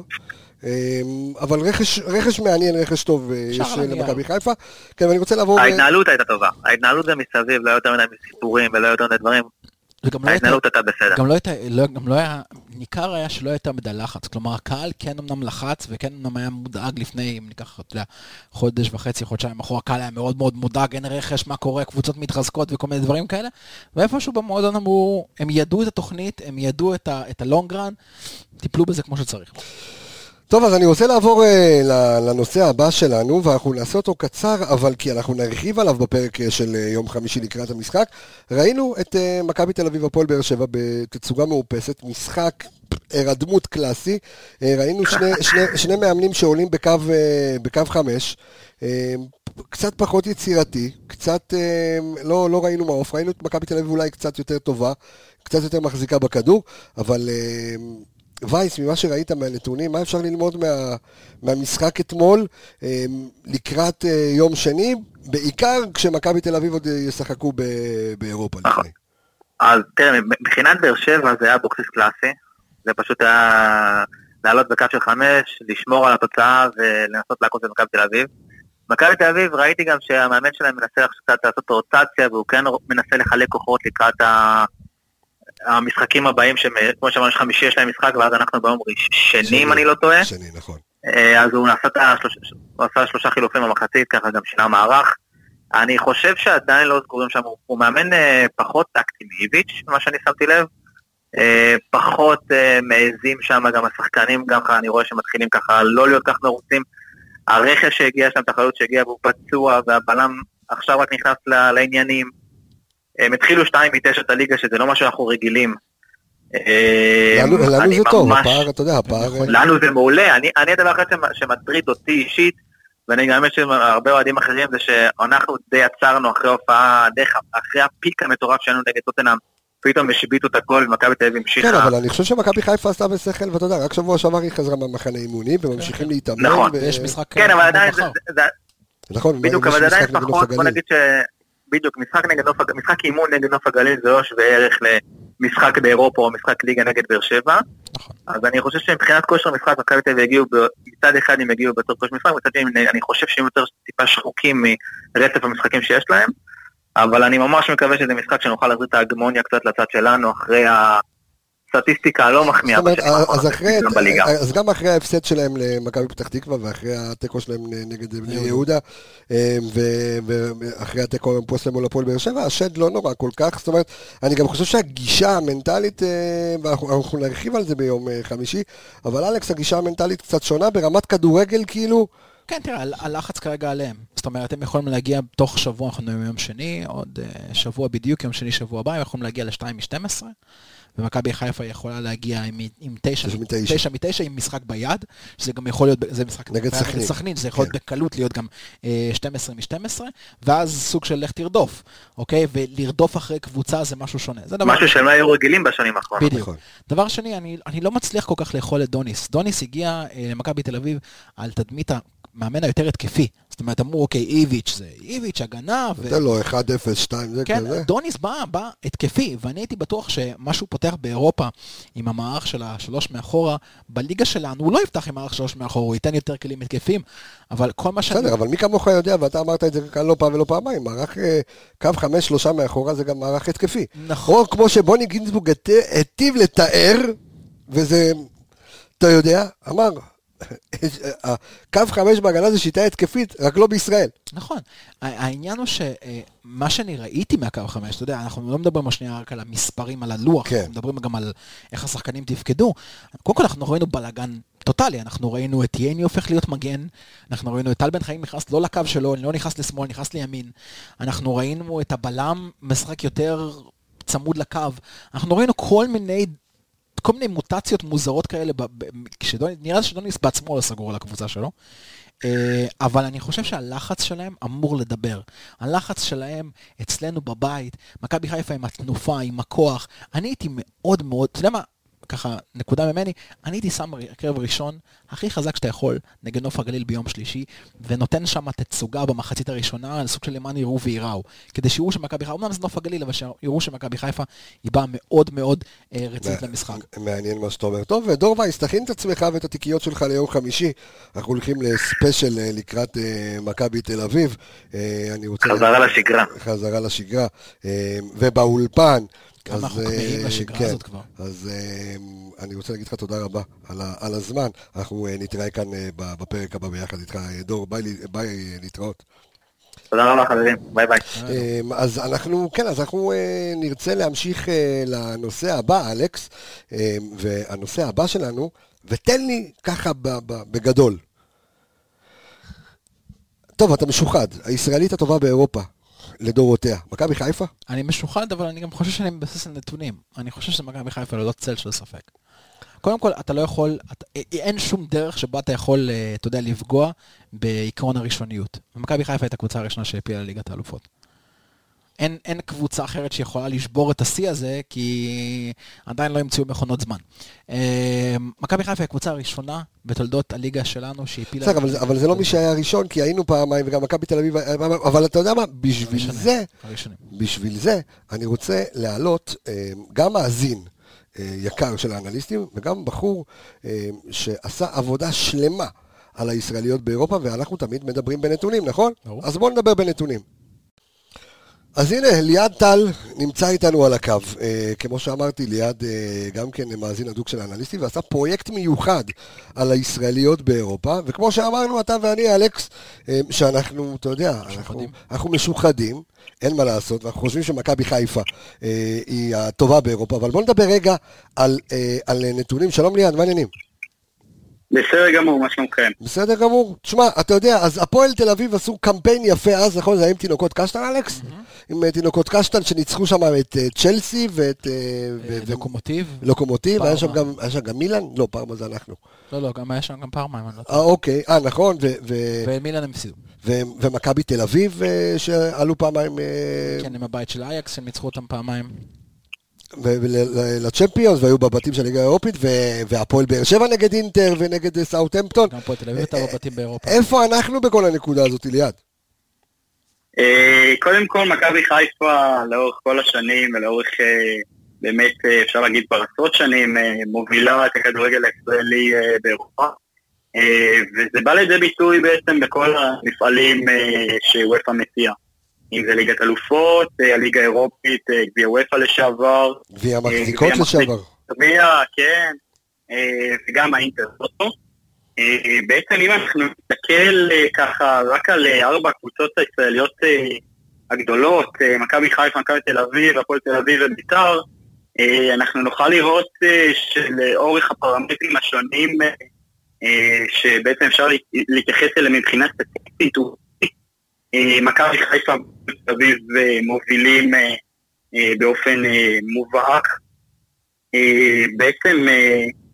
A: אבל רכש, רכש מעניין, רכש טוב יש למכבי חיפה. כן, ואני רוצה לעבור...
F: ההתנהלות הייתה טובה, ההתנהלות זה מסביב, לא יותר מדי מסיפורים ולא יותר מדי דברים. ההתנהלות הייתה בסדר.
C: גם לא הייתה, גם לא היה, ניכר היה שלא הייתה מדי לחץ, כלומר הקהל כן אמנם לחץ וכן אמנם היה מודאג לפני, אם ניקח חודש וחצי, חודשיים אחורה, הקהל היה מאוד מאוד מודאג, אין רכש, מה קורה, קבוצות מתחזקות וכל מיני דברים כאלה, ואיפשהו במועדון אמרו, הם ידעו את התוכנית, הם ידעו את הלונגרן, טיפלו בזה כמו שצריך.
A: טוב, אז אני רוצה לעבור uh, לנושא הבא שלנו, ואנחנו נעשה אותו קצר, אבל כי אנחנו נרחיב עליו בפרק של uh, יום חמישי לקראת המשחק. ראינו את uh, מכבי תל אביב הפועל באר שבע בתצוגה מאופסת, משחק הרדמות קלאסי, uh, ראינו שני, שני, שני מאמנים שעולים בקו, uh, בקו חמש, uh, קצת פחות יצירתי, קצת, uh, לא, לא ראינו מעוף, ראינו את מכבי תל אביב אולי קצת יותר טובה, קצת יותר מחזיקה בכדור, אבל... Uh, וייס, ממה שראית מהנתונים, מה אפשר ללמוד מה, מהמשחק אתמול אה, לקראת אה, יום שני, בעיקר כשמכבי תל אביב עוד ישחקו ב, באירופה.
F: נכון. אז תראה, מבחינת באר שבע זה היה בוקסיס קלאסי, זה פשוט היה לעלות בקו של חמש, לשמור על התוצאה ולנסות לעקוץ את מכבי תל אביב. מכבי תל אביב ראיתי גם שהמאמן שלהם מנסה קצת לעשות רוטציה, והוא כן מנסה לחלק כוחות לקראת ה... המשחקים הבאים, כמו שאמרנו, יש חמישי, יש להם משחק, ואז אנחנו ביום שני, אם אני לא טועה.
A: שני, נכון.
F: אז הוא עשה שלושה חילופים במחצית, ככה גם שינה מערך. אני חושב שעדיין לא סגורים שם, הוא מאמן פחות טקטי מאיביץ', מה שאני שמתי לב, פחות מעזים שם, גם השחקנים, גם אני רואה שמתחילים ככה לא להיות כך מרוצים. הרכש שהגיע שם, תחלות שהגיע, והוא פצוע, והבלם עכשיו רק נכנס לעניינים. הם התחילו שתיים מתשע את הליגה, שזה לא מה שאנחנו רגילים.
A: לנו זה טוב, הפער, אתה יודע, הפער...
F: לנו זה מעולה, אני הדבר אחת שמטריד אותי אישית, ואני גם יש הרבה אוהדים אחרים, זה שאנחנו די עצרנו אחרי הופעה, אחרי הפיק המטורף שלנו נגד טוטנהאם, פתאום השביטו את הכל, ומכבי תל אביב המשיכה.
A: כן, אבל אני חושב שמכבי חיפה עשתה בשכל, ואתה יודע, רק שבוע שעבר היא חזרה מהמחנה אימונים, וממשיכים להתאמן.
F: נכון,
C: ויש משחק...
F: כן, אבל עדיין זה...
A: נכון,
F: בדיוק, אבל עדיין פחות, בוא נגיד ש... בדיוק, משחק נגד נוף, משחק אימון נגד נוף הגליל זה לא שווה ערך למשחק באירופה או משחק ליגה נגד באר שבע. אז אני חושב שמבחינת כושר משחק, מכבי תל אביב יגיעו, מצד אחד הם יגיעו בתור כושר משחק, מצד שני אני חושב שהם יותר טיפה שחוקים מרצף המשחקים שיש להם, אבל אני ממש מקווה שזה משחק שנוכל להחזיר את ההגמוניה קצת לצד שלנו, אחרי הסטטיסטיקה הלא מחמיאה
A: בליגה. אז גם אחרי ההפסד שלהם למכבי פתח תקווה, ואחרי התיקו שלהם נגד בני יהודה, ואחרי התיקו הם פוסט מול הפועל באר שבע, השד לא נורא כל כך, זאת אומרת, אני גם חושב שהגישה המנטלית, ואנחנו נרחיב על זה ביום חמישי, אבל אלכס, הגישה המנטלית קצת שונה, ברמת כדורגל כאילו,
C: כן, תראה, הלחץ כרגע עליהם. זאת אומרת, הם יכולים להגיע תוך שבוע, אנחנו נהיה יום שני, עוד שבוע בדיוק, יום שני שבוע הבא, הם יכולים להגיע ל-שתיים משתים עשרה, ומכבי חיפה יכולה להגיע עם, עם תשע, תשע מתשע, עם משחק ביד, שזה גם יכול להיות, זה משחק
A: נגד סכנין,
C: סכנין, זה יכול להיות בקלות להיות גם אה, שתים עשרה משתים עשרה, ואז סוג של לך תרדוף, אוקיי? ולרדוף אחרי קבוצה זה משהו שונה. זה דבר
F: משהו שהם לא היו רגילים בשנים האחרונות.
C: בדיוק. דבר שני, אני, אני לא מצליח כל כך לאכול את דוניס. דוניס הגיע אה, למכבי תל אביב על תדמית המאמן היותר התקפי. זאת אומרת, אמרו, אוקיי, איביץ' זה איביץ', הגנה.
A: זה לא אחד אפס שתיים, זה כזה.
C: כן, דוניס בא, בא התקפי, ואני הייתי בטוח שמשהו פותח באירופה עם המערך של השלוש מאחורה, בליגה שלנו הוא לא יפתח עם מערך שלוש מאחורה, הוא ייתן יותר כלים התקפים, אבל כל מה שאני...
A: בסדר, אבל מי כמוך יודע, ואתה אמרת את זה כאן לא פעם ולא פעמיים, מערך קו חמש, שלושה מאחורה זה גם מערך התקפי.
C: נכון.
A: או כמו שבוני גינזבורג היטיב לתאר, וזה, אתה יודע, אמר, קו חמש בהגנה זה שיטה התקפית, רק לא בישראל.
C: נכון. העניין הוא שמה שאני ראיתי מהקו חמש, אתה יודע, אנחנו לא מדברים השנייה רק על המספרים, על הלוח, אנחנו מדברים גם על איך השחקנים תפקדו. קודם כל אנחנו ראינו בלגן טוטלי, אנחנו ראינו את ייני הופך להיות מגן, אנחנו ראינו את טל בן חיים נכנס לא לקו שלו, לא נכנס לשמאל, נכנס לימין. אנחנו ראינו את הבלם משחק יותר צמוד לקו. אנחנו ראינו כל מיני כל מיני מוטציות מוזרות כאלה, נראה שדוניס בעצמו לא סגור על הקבוצה שלו, אבל אני חושב שהלחץ שלהם אמור לדבר. הלחץ שלהם אצלנו בבית, מכבי חיפה עם התנופה, עם הכוח, אני הייתי מאוד מאוד, אתה יודע מה, ככה נקודה ממני, אני הייתי שם קרב ראשון הכי חזק שאתה יכול נגד נוף הגליל ביום שלישי, ונותן שם תצוגה במחצית הראשונה על סוג של למען יראו ויראו, כדי שיראו שמכבי חיפה, אמנם זה נוף הגליל, אבל שיראו שמכבי חיפה היא באה מאוד מאוד אה, רצינית למשחק.
A: מעניין מה שאתה אומר. טוב, דור וייס, תכין את עצמך ואת התיקיות שלך ליום חמישי, אנחנו הולכים לספיישל אה, לקראת אה, מכבי תל אביב. אה, אני רוצה
F: חזרה לה... לשגרה.
A: חזרה לשגרה. אה, ובאולפן,
C: כמה אנחנו קמאים לשגרה
A: כן,
C: הזאת כבר.
A: אז uh, אני רוצה להגיד לך תודה רבה על, ה, על הזמן. אנחנו uh, נתראה כאן uh, בפרק הבא ביחד איתך, דור, ביי, ביי להתראות.
F: תודה רבה חברים, ביי ביי.
A: Um, אז אנחנו, כן, אז אנחנו uh, נרצה להמשיך uh, לנושא הבא, אלכס, um, והנושא הבא שלנו, ותן לי ככה ב, ב, בגדול. טוב, אתה משוחד, הישראלית הטובה באירופה. לדורותיה. מכבי חיפה?
C: אני משוחד, אבל אני גם חושב שאני מבסס על נתונים. אני חושב שמכבי חיפה לא צל של ספק. קודם כל, אתה לא יכול, אתה, אין שום דרך שבה אתה יכול, אתה יודע, לפגוע בעיקרון הראשוניות. ומכבי חיפה הייתה הקבוצה הראשונה שהפילה ליגת האלופות. אין, אין קבוצה אחרת שיכולה לשבור את השיא הזה, כי עדיין לא ימצאו מכונות זמן. מכבי חיפה היא הקבוצה הראשונה בתולדות הליגה שלנו שהפילה...
A: בסדר, אבל, אבל זה לא מי שהיה הראשון, כי היינו פעמיים וגם מכבי תל אביב, אבל אתה יודע מה, בשביל זה, בשביל זה, אני רוצה להעלות גם מאזין יקר של האנליסטים, וגם בחור שעשה עבודה שלמה על הישראליות באירופה, ואנחנו תמיד מדברים בנתונים, נכון? אז בואו נדבר בנתונים. אז הנה, ליעד טל נמצא איתנו על הקו. אה, כמו שאמרתי, ליעד אה, גם כן מאזין הדוק של האנליסטים, ועשה פרויקט מיוחד על הישראליות באירופה, וכמו שאמרנו, אתה ואני, אלכס, אה, שאנחנו, אתה יודע, אנחנו, אנחנו משוחדים, אין מה לעשות, ואנחנו חושבים שמכבי חיפה אה, היא הטובה באירופה, אבל בואו נדבר רגע על, אה, על נתונים. שלום ליעד, מה העניינים?
F: בסדר גמור, מה שלומכם?
A: בסדר גמור. תשמע, אתה יודע, אז הפועל תל אביב עשו קמפיין יפה אז, נכון? זה היה עם תינוקות קשטן, אלכס? עם תינוקות קשטן שניצחו שם את צ'לסי ואת...
C: לוקומוטיב.
A: לוקומוטיב, היה שם גם מילאן? לא, פארמה זה אנחנו.
C: לא, לא, גם היה שם גם פארמה.
A: אה, אוקיי, אה, נכון.
C: ומילאן הם הפסידו.
A: ומכבי תל אביב שעלו פעמיים...
C: כן, עם הבית של אייקס, הם ניצחו אותם פעמיים.
A: לצ'מפיונס, והיו בבתים של ליגה האירופית, והפועל באר שבע נגד אינטר ונגד סאות'המפטון.
C: גם הפועל תל אביב הייתה בבתים באירופה.
A: איפה אנחנו בכל הנקודה הזאת, ליעד?
F: קודם כל, מכבי חיפה לאורך כל השנים, ולאורך באמת, אפשר להגיד פרסות שנים, מובילה את הכדורגל הישראלי באירופה, וזה בא לידי ביטוי בעצם בכל המפעלים שוופא מציע. אם זה ליגת אלופות, הליגה האירופית, גביע וופא לשעבר.
A: גביע המחזיקות לשעבר.
F: גביע, כן, וגם האינטרסוטו. בעצם אם אנחנו נסתכל ככה רק על ארבע הקבוצות הישראליות הגדולות, מכבי חיפה, מכבי תל אביב, הפועל תל אביב ובית"ר, אנחנו נוכל לראות שלאורך הפרמטרים השונים שבעצם אפשר להתייחס אליהם מבחינה סטטיסטית, מכבי חיפה ותל אביב מובילים באופן מובהק. בעצם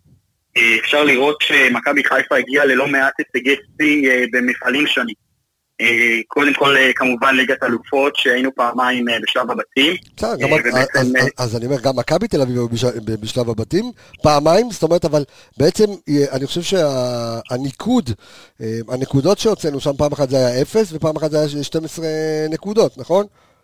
F: אפשר לראות שמכבי חיפה הגיעה ללא מעט הישגי שיא במפעלים שונים.
D: קודם כל כמובן ליגת אלופות שהיינו פעמיים בשלב הבתים.
A: אז אני אומר, גם מכבי תל אביב בשלב הבתים, פעמיים, זאת אומרת, אבל בעצם אני חושב שהניקוד, הנקודות שהוצאנו שם, פעם אחת זה היה אפס, ופעם אחת זה היה שתים עשרה נקודות, נכון?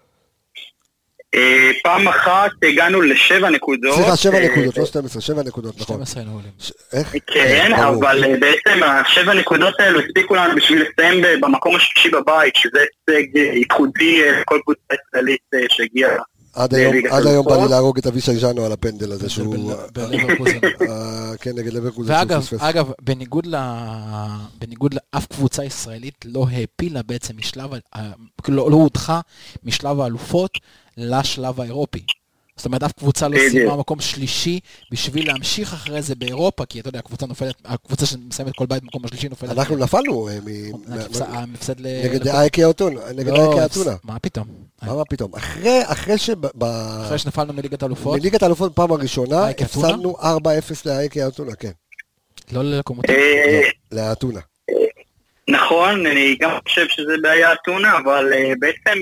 D: פעם אחת הגענו לשבע נקודות.
A: סליחה, שבע נקודות, לא שתים עשרה, שבע נקודות, נכון.
C: שתים עשרה נעולים.
A: איך?
D: כן, אבל בעצם השבע נקודות האלו הספיקו לנו בשביל לסיים במקום השלישי בבית, שזה הישג ייחודי לכל קבוצה ישראלית שהגיעה.
A: עד היום בא לי להרוג את אבישי ז'אנו על הפנדל הזה שהוא...
C: בלברקוזן.
A: כן, נגד לברקוזן.
C: ואגב, אגב, בניגוד לאף קבוצה ישראלית לא העפילה בעצם משלב, לא הודחה משלב האלופות לשלב האירופי. זאת אומרת, אף קבוצה לא סיימה מקום שלישי בשביל להמשיך אחרי זה באירופה, כי אתה יודע, הקבוצה נופלת, הקבוצה שמסיימת כל בית במקום השלישי נופלת.
A: אנחנו נפלנו
C: המפסד ל...
A: נגד אייקי אתונה. נגד אייקי אתונה.
C: מה פתאום?
A: מה פתאום? אחרי ש...
C: אחרי שנפלנו מליגת האלופות.
A: מליגת האלופות פעם הראשונה, הפסדנו ארבע אפס לאייקי אתונה, כן.
C: לא ללקומוטיב.
A: לאתונה.
D: נכון, אני גם חושב שזה בעיה אתונה, אבל בעצם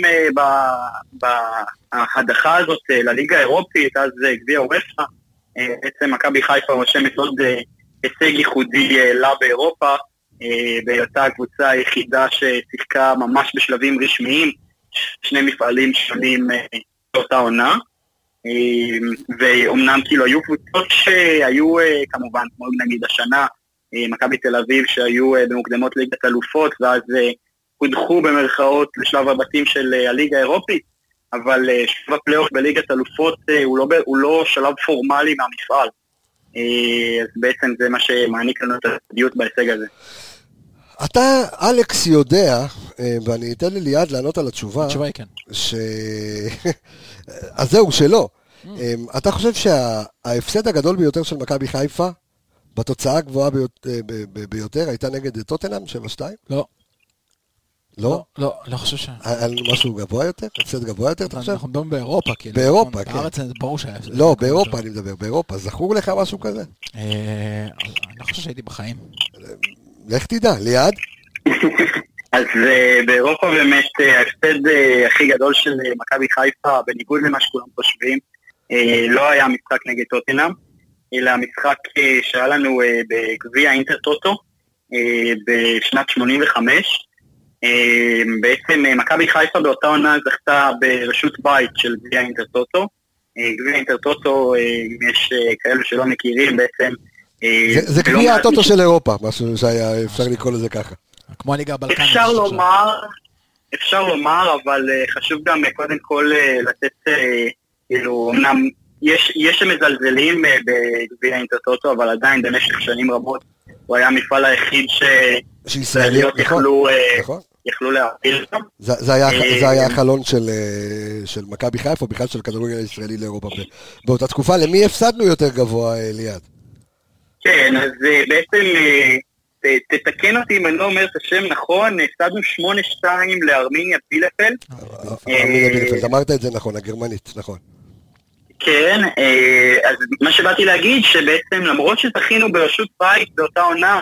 D: בהדחה הזאת לליגה האירופית, אז גביע וופא, בעצם מכבי חיפה רושמת עוד הישג ייחודי לה באירופה, בהיותה הקבוצה היחידה ששיחקה ממש בשלבים רשמיים, שני מפעלים שונים באותה עונה, ואומנם כאילו היו קבוצות שהיו כמובן, כמו נגיד השנה, מכבי תל אביב שהיו במוקדמות ליגת אלופות, ואז הודחו במרכאות לשלב הבתים של הליגה האירופית, אבל שלב הפלייאוף בליגת אלופות הוא לא, הוא לא שלב פורמלי מהמפעל, אז בעצם זה מה שמעניק לנו את הדיות בהישג הזה.
A: אתה, אלכס, יודע, ואני אתן לי ליד לענות על התשובה,
C: התשובה היא כן.
A: ש... אז זהו, שלא. אתה חושב שההפסד הגדול ביותר של מכבי חיפה, בתוצאה הגבוהה ביותר, הייתה נגד טוטנהאם, שבע שתיים?
C: לא.
A: לא?
C: לא, לא חושב ש...
A: היה משהו גבוה יותר? הפסד גבוה יותר, אתה חושב?
C: אנחנו מדברים באירופה, כאילו.
A: באירופה, כן.
C: בארץ זה ברור שהיה...
A: לא, באירופה אני מדבר, באירופה. זכור לך משהו כזה?
C: אני לא חושב שהייתי בחיים.
A: לך תדע, ליד?
D: אז באירופה באמת ההפסד הכי גדול של מכבי חיפה, בניגוד למה שכולם חושבים, לא היה משחק נגד טוטנהאם, אלא המשחק שהיה לנו בגביע אינטר טוטו בשנת שמונים וחמש. בעצם מכבי חיפה באותה עונה זכתה ברשות בית של גביע אינטר טוטו. גביע אינטר טוטו, אם יש כאלו שלא מכירים, בעצם...
A: זה גביע הטוטו של אירופה, משהו שהיה, אפשר לקרוא לזה ככה.
C: כמו הליגה הבלקנית.
D: אפשר לומר, אפשר לומר, אבל חשוב גם קודם כל לתת, כאילו, אמנם... יש, יש שמזלזלים בגביע אינטרטוטו, אבל עדיין במשך שנים רבות הוא היה המפעל היחיד שישראליות יכלו, נכון. יכלו להפיל אותם.
A: זה, זה, היה, זה היה החלון של, של מכבי חיפה, או בכלל של כדורגל הישראלי לאירופה. באותה תקופה, למי הפסדנו יותר גבוה ליד?
D: כן, אז בעצם תתקן אותי אם אני לא אומר את השם נכון, הפסדנו שמונה שתיים לארמיניה בילפלד.
A: ארמיניה בילפלד, אמרת את זה נכון, הגרמנית, נכון.
D: כן, אז מה שבאתי להגיד שבעצם למרות שזכינו ברשות בית באותה עונה,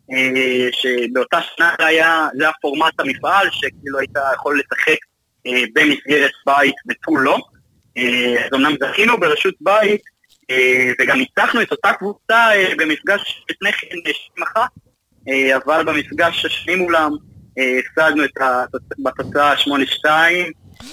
D: שבאותה שנה היה, זה הפורמט המפעל, שכאילו היית יכול לשחק במסגרת בית ותו לא, אז אמנם זכינו ברשות בית, וגם ניצחנו את אותה קבוצה במפגש לפני כן שנים אחת, אבל במפגש השני מולם הפסדנו בתוצאה שמונה שתיים,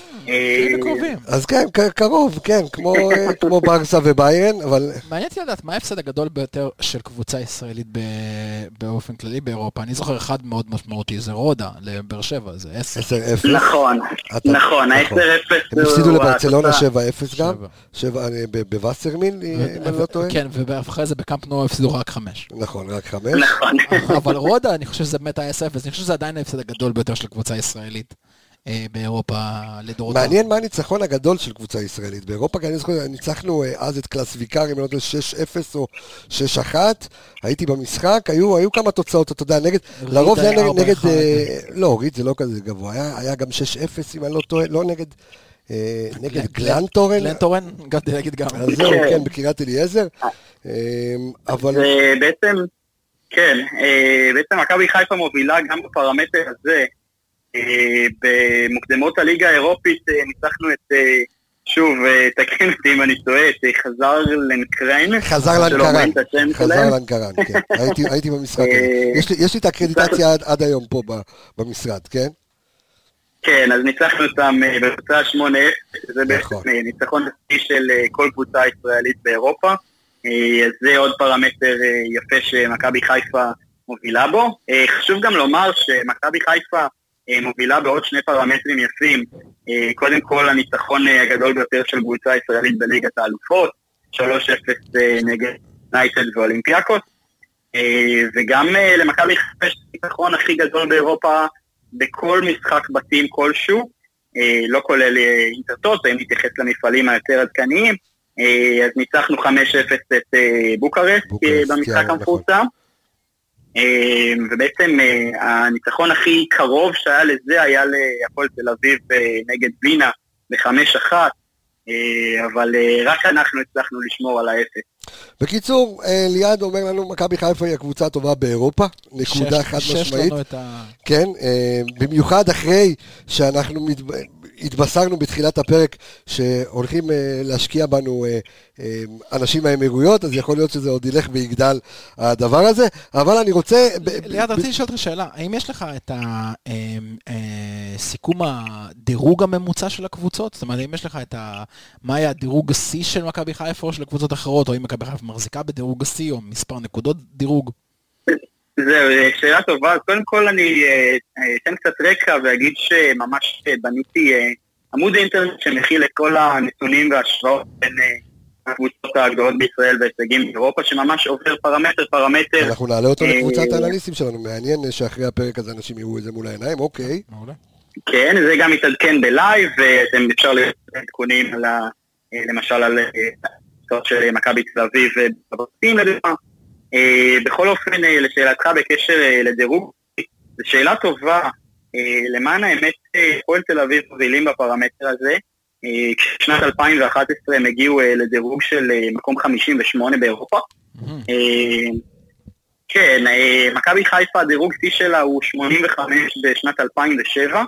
A: אז כן, קרוב, כן, כמו ברסה וביירן, אבל...
C: מעניין אותי לדעת, מה ההפסד הגדול ביותר של קבוצה ישראלית באופן כללי באירופה? אני זוכר אחד מאוד משמעותי, זה רודה, לבאר שבע, זה עשר.
A: עשר אפס.
D: נכון, נכון, ה-עשר אפס.
A: הם הפסידו לברצלונה שבע אפס גם, בווסרמיל, אם אני לא טועה.
C: כן, ואחרי זה בקאמפ נו הפסידו רק חמש.
A: נכון, רק חמש.
C: אבל רודה, אני חושב שזה באמת ה-עשר אפס, אני חושב שזה עדיין ההפסד הגדול ביותר של קבוצה ישראלית. באירופה לדורותיו.
A: מעניין מה הניצחון הגדול של קבוצה ישראלית. באירופה אני זוכר, ניצחנו אז את קלאסוויקר, אם אני לא יודע, שש אפס או שש אחת, הייתי במשחק, היו, היו כמה תוצאות, אתה יודע, נגד, לרוב זה היה נגד, לא, ריד זה לא כזה גבוה, היה, היה גם שש אפס, אם אני לא טועה, לא נגד, נגד גלנטורן.
C: גלנטורן, גדתי להגיד גם.
A: אז זהו, כן, בקריית אליעזר. אבל...
D: זה בעצם, כן, בעצם מכבי חיפה מובילה גם בפרמטר הזה, במוקדמות הליגה האירופית ניצחנו את, שוב, תקן אותי אם אני טועה, את חזר לנקרן.
A: חזר לנקרן, חזר לנקרן, כן. הייתי במשחק הזה. יש לי את הקרדיטציה עד היום פה במשרד, כן?
D: כן, אז ניצחנו אותם בקבוצה שמונה אפס, זה בעצם ניצחון עצמי של כל קבוצה ישראלית באירופה. אז זה עוד פרמטר יפה שמכבי חיפה מובילה בו. חשוב גם לומר שמכבי חיפה מובילה בעוד שני פרמטרים יפים. קודם כל הניצחון הגדול ביותר של קבוצה ישראלית בליגת האלופות, שלוש אפס נגד נייטד ואולימפיאקוס. וגם למכבי חיפה יש הניצחון הכי גדול באירופה בכל משחק בתים כלשהו, לא כולל אינטרטוט, אם נתייחס למפעלים היותר עדכניים. אז ניצחנו חמש אפס את בוקרסט במשחק המפורסם, ובעצם הניצחון הכי קרוב שהיה לזה היה להפועל תל אביב נגד וינה ב-חמש אחת, אבל רק אנחנו הצלחנו לשמור על האפס.
A: בקיצור, ליעד אומר לנו, מכבי חיפה היא הקבוצה הטובה באירופה, נקודה חד משמעית. כן, במיוחד אחרי שאנחנו התבשרנו בתחילת הפרק שהולכים להשקיע בנו אנשים מהאמירויות, אז יכול להיות שזה עוד ילך ויגדל הדבר הזה, אבל אני רוצה...
C: ליעד, רציתי לשאול אותך שאלה, האם יש לך את סיכום הדירוג הממוצע של הקבוצות? זאת אומרת, האם יש לך את ה... מה היה הדירוג ה-C של מכבי חיפה או של הקבוצות אחרות, או האם מכבי חיפה מחזיקה בדירוג ה-C או מספר נקודות דירוג?
D: זהו, שאלה טובה. קודם כל אני אתן קצת רקע ואגיד שממש בניתי עמוד אינטרנט שמכיל את כל הנתונים וההשוואות בין הקבוצות הגדולות בישראל והישגים באירופה, שממש עובר פרמטר פרמטר.
A: אנחנו נעלה אותו לקבוצת האנליסטים שלנו, מעניין שאחרי הפרק הזה אנשים יראו את זה מול העיניים, אוקיי.
D: כן, זה גם מתעדכן בלייב, ואתם אפשר לראות עדכונים למשל על קבוצות של מכבי תל אביב ובבתים לדוגמה. בכל אופן, לשאלתך בקשר לדירוג, זו שאלה טובה. למען האמת, הפועל תל אביב מובילים בפרמטר הזה. כששנת אלפיים ואחת עשרה הם הגיעו לדירוג של מקום חמישים ושמונה באירופה. כן, מכבי חיפה, הדירוג C שלה הוא שמונים וחמש בשנת אלפיים ושבע.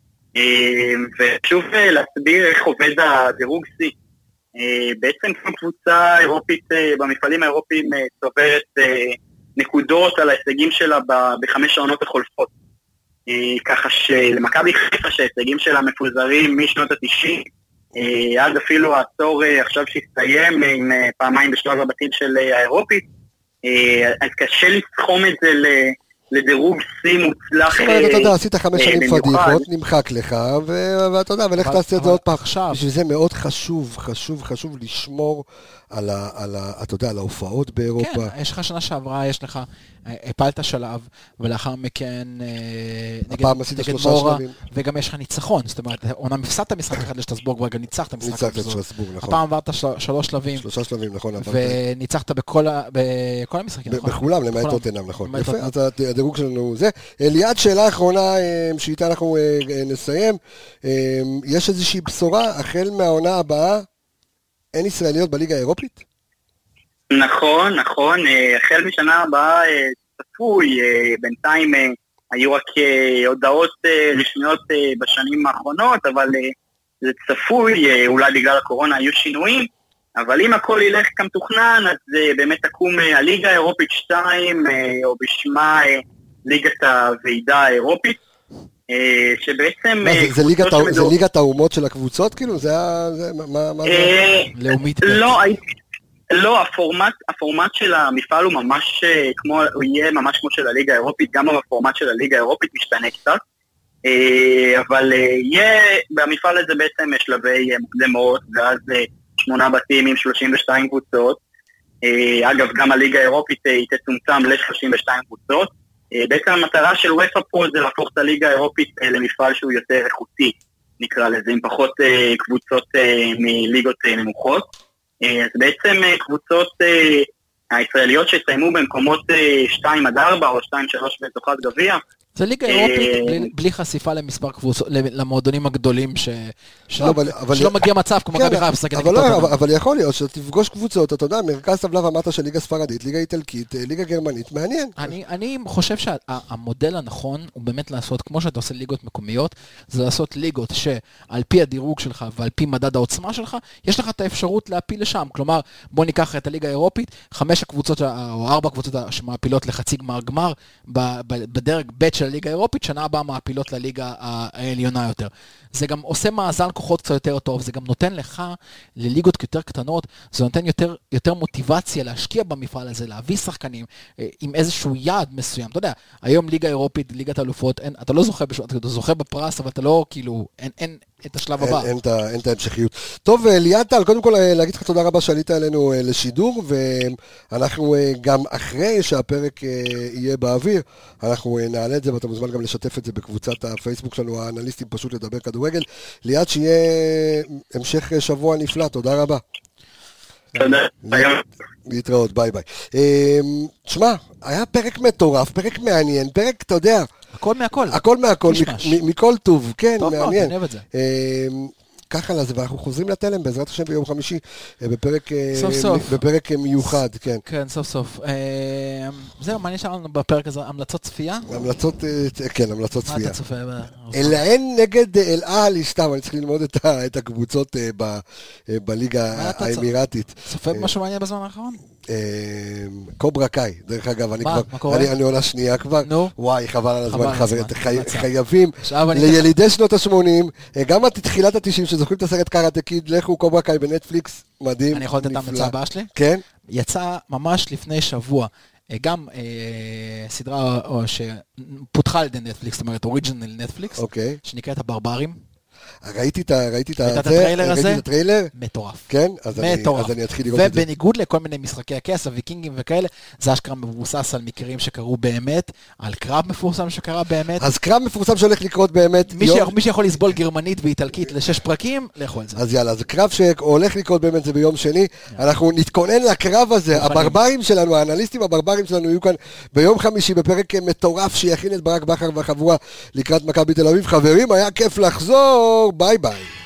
D: ושוב להסביר איך עובד הדירוג C. בעצם כמו קבוצה אירופית במפעלים האירופיים צוברת נקודות על ההישגים שלה בחמש העונות החולפות. ככה שלמכבי חיפה שההישגים שלה מפוזרים משנות ה-תשעים עד אפילו העשור עכשיו שהסתיים עם פעמיים בשלב הבתים של האירופית, אז קשה לסכום את זה לדירוג C מוצלח.
A: זאת אומרת, אתה יודע, עשית חמש שנים פדיחות, נמחק לך, ואתה יודע, ולך תעשה את זה עוד פעם. בשביל זה מאוד חשוב, חשוב, חשוב לשמור על ה, אתה יודע, על ההופעות באירופה.
C: כן, יש לך שנה שעברה, יש לך, הפלת שלב, ולאחר מכן נגד מורה, וגם יש לך ניצחון, זאת אומרת, עונה מפסדת משחק אחד לשטרסבורג, ורגע ניצחת משחק
A: ניצחת את שטרסבורג, נכון.
C: הפעם עברת שלוש שלבים.
A: שלושה שלבים, נכון.
C: וניצחת בכל המשחקים, נכון.
A: בכולם, למעט טוטנהאם, נכון. יפה, אז הדירוג שלנו זה. ליעד, שאלה האחרונה שאיתה אנחנו נסיים, יש איזושהי בשורה, החל מהעונה הבאה, אין ישראליות בליגה האירופית?
D: נכון, נכון, החל משנה הבאה צפוי, בינתיים היו רק הודעות רשמיות בשנים האחרונות, אבל זה צפוי, אולי בגלל הקורונה היו שינויים, אבל אם הכל ילך כמתוכנן, אז באמת תקום הליגה האירופית שתיים, או בשמה ליגת הוועידה האירופית, שבעצם...
A: זה ליגת האומות של הקבוצות, כאילו? זה מה זה?
C: לאומית.
D: לא, הפורמט של המפעל הוא ממש כמו, הוא יהיה ממש כמו של הליגה האירופית, גם הפורמט של הליגה האירופית משתנה קצת, אבל יהיה במפעל הזה בעצם שלבי מוקדמות, ואז שמונה בתים עם שלושים ושתיים קבוצות, אגב גם הליגה האירופית היא תצומצם ל-שלושים ושתיים קבוצות, בעצם המטרה של וופא פה זה להפוך את הליגה האירופית למפעל שהוא יותר איכותי, נקרא לזה, עם פחות קבוצות מליגות נמוכות. אז בעצם קבוצות הישראליות שסיימו במקומות שתיים עד ארבע או שתיים שלוש בזוכת גביע,
C: זה ליגה אירופית בלי, בלי חשיפה למספר קבוצות, למועדונים הגדולים ש, שלא, אבל, אבל שלא מגיע מצב כמו
A: כן,
C: מכבי חיפה משחקת
A: אבל, לא, אבל, אבל יכול להיות שתפגוש קבוצות, אתה יודע, מרכז טבלה ומטה של ליגה ספרדית, ליגה איטלקית, ליגה גרמנית, מעניין.
C: אני, אני חושב שהמודל הנכון הוא באמת לעשות, כמו שאתה עושה ליגות מקומיות, זה לעשות ליגות שעל פי הדירוג שלך ועל פי מדד העוצמה שלך, יש לך את האפשרות להפיל לשם. כלומר, בוא ניקח את הליגה האירופית, חמש הקבוצות או ארבע הקבוצות שמעפילות לחצי גמר גמר בדרג ב' של הליגה האירופית, שנה הבאה מעפילות לליגה העליונה יותר. זה גם עושה מאזן כוחות קצת יותר טוב, זה גם נותן לך, לליגות יותר קטנות, זה נותן יותר, יותר מוטיבציה להשקיע במפעל הזה, להביא שחקנים עם איזשהו יעד מסוים. אתה יודע, היום ליגה אירופית, ליגת האלופות, אין, אתה לא זוכה, בשביל, אתה זוכה בפרס, אבל אתה לא, כאילו, אין, אין את השלב הבא.
A: אין, אין, אין את ההמשכיות. טוב, ליאטל, קודם כל להגיד לך תודה רבה שעלית אלינו לשידור, ואנחנו גם אחרי שהפרק יהיה באוויר, אנחנו נעלה את זה, ואתה מוזמן גם לשתף את זה בקבוצת הפייסבוק שלנו, האנליסטים פשוט לדבר כדורגל. ליאת, שיהיה המשך שבוע נפלא, תודה רבה.
D: תודה.
A: להתראות, ביי ביי. תשמע, היה פרק מטורף, פרק מעניין, פרק, אתה יודע,
C: הכל מהכל.
A: הכל מהכל, מכל טוב, כן,
C: טוב מאוד,
A: מעניין.
C: אני אוהב את זה.
A: ככה לזה, ואנחנו חוזרים לתלם בעזרת השם ביום חמישי, בפרק,
C: סוף סוף.
A: בפרק מיוחד, כן.
C: כן, סוף סוף. זהו, מה נשאר לנו בפרק הזה? המלצות צפייה?
A: המלצות, כן, המלצות צפייה.
C: מה אתה צופה?
A: אלעין נגד אל-אהלי, סתם, אני צריך ללמוד את הקבוצות בליגה האמירתית.
C: צופה משהו מעניין בזמן האחרון?
A: קוברה קאי, דרך אגב, אני
C: מה?
A: כבר,
C: מה קורה?
A: אני, אני עונה שנייה כבר,
C: נו.
A: וואי, חבל על הזמן,
C: חבל על
A: חברים,
C: הזמן,
A: חי,
C: מצא.
A: חייבים לילידי שנות ה-שמונים, גם עד תחילת ה-תשעים, שזוכרים את הסרט קראטה קיד, לכו קוברה קאי בנטפליקס, מדהים,
C: אני יכול לתת את ההמלצה הבאה שלי?
A: כן?
C: יצא ממש לפני שבוע, גם אה, סדרה או, שפותחה על ידי נטפליקס, זאת אומרת אוריג'ינל נטפליקס,
A: אוקיי.
C: שנקראת הברברים.
A: ראיתי את ה... ראיתי את
C: הטריילר הזה?
A: ראיתי את הטריילר?
C: מטורף.
A: כן? אז
C: מטורף.
A: אני אתחיל לראות את זה.
C: ובניגוד לכל מיני משחקי הכס, הוויקינגים וכאלה, זה אשכרה מבוסס על מקרים שקרו באמת, על קרב מפורסם שקרה באמת.
A: אז קרב מפורסם שהולך לקרות באמת.
C: מי שיכול לסבול גרמנית ואיטלקית לשש פרקים, לכו על זה.
A: אז יאללה, זה קרב שהולך לקרות באמת, זה ביום שני. אנחנו נתכונן לקרב הזה. הברברים שלנו, האנליסטים הברברים שלנו יהיו כאן ביום חמישי בפרק מטורף שיכין את ברק בכר והחבורה לקראת מכבי תל אביב. חברים, היה כיף לחזור. ביי ביי.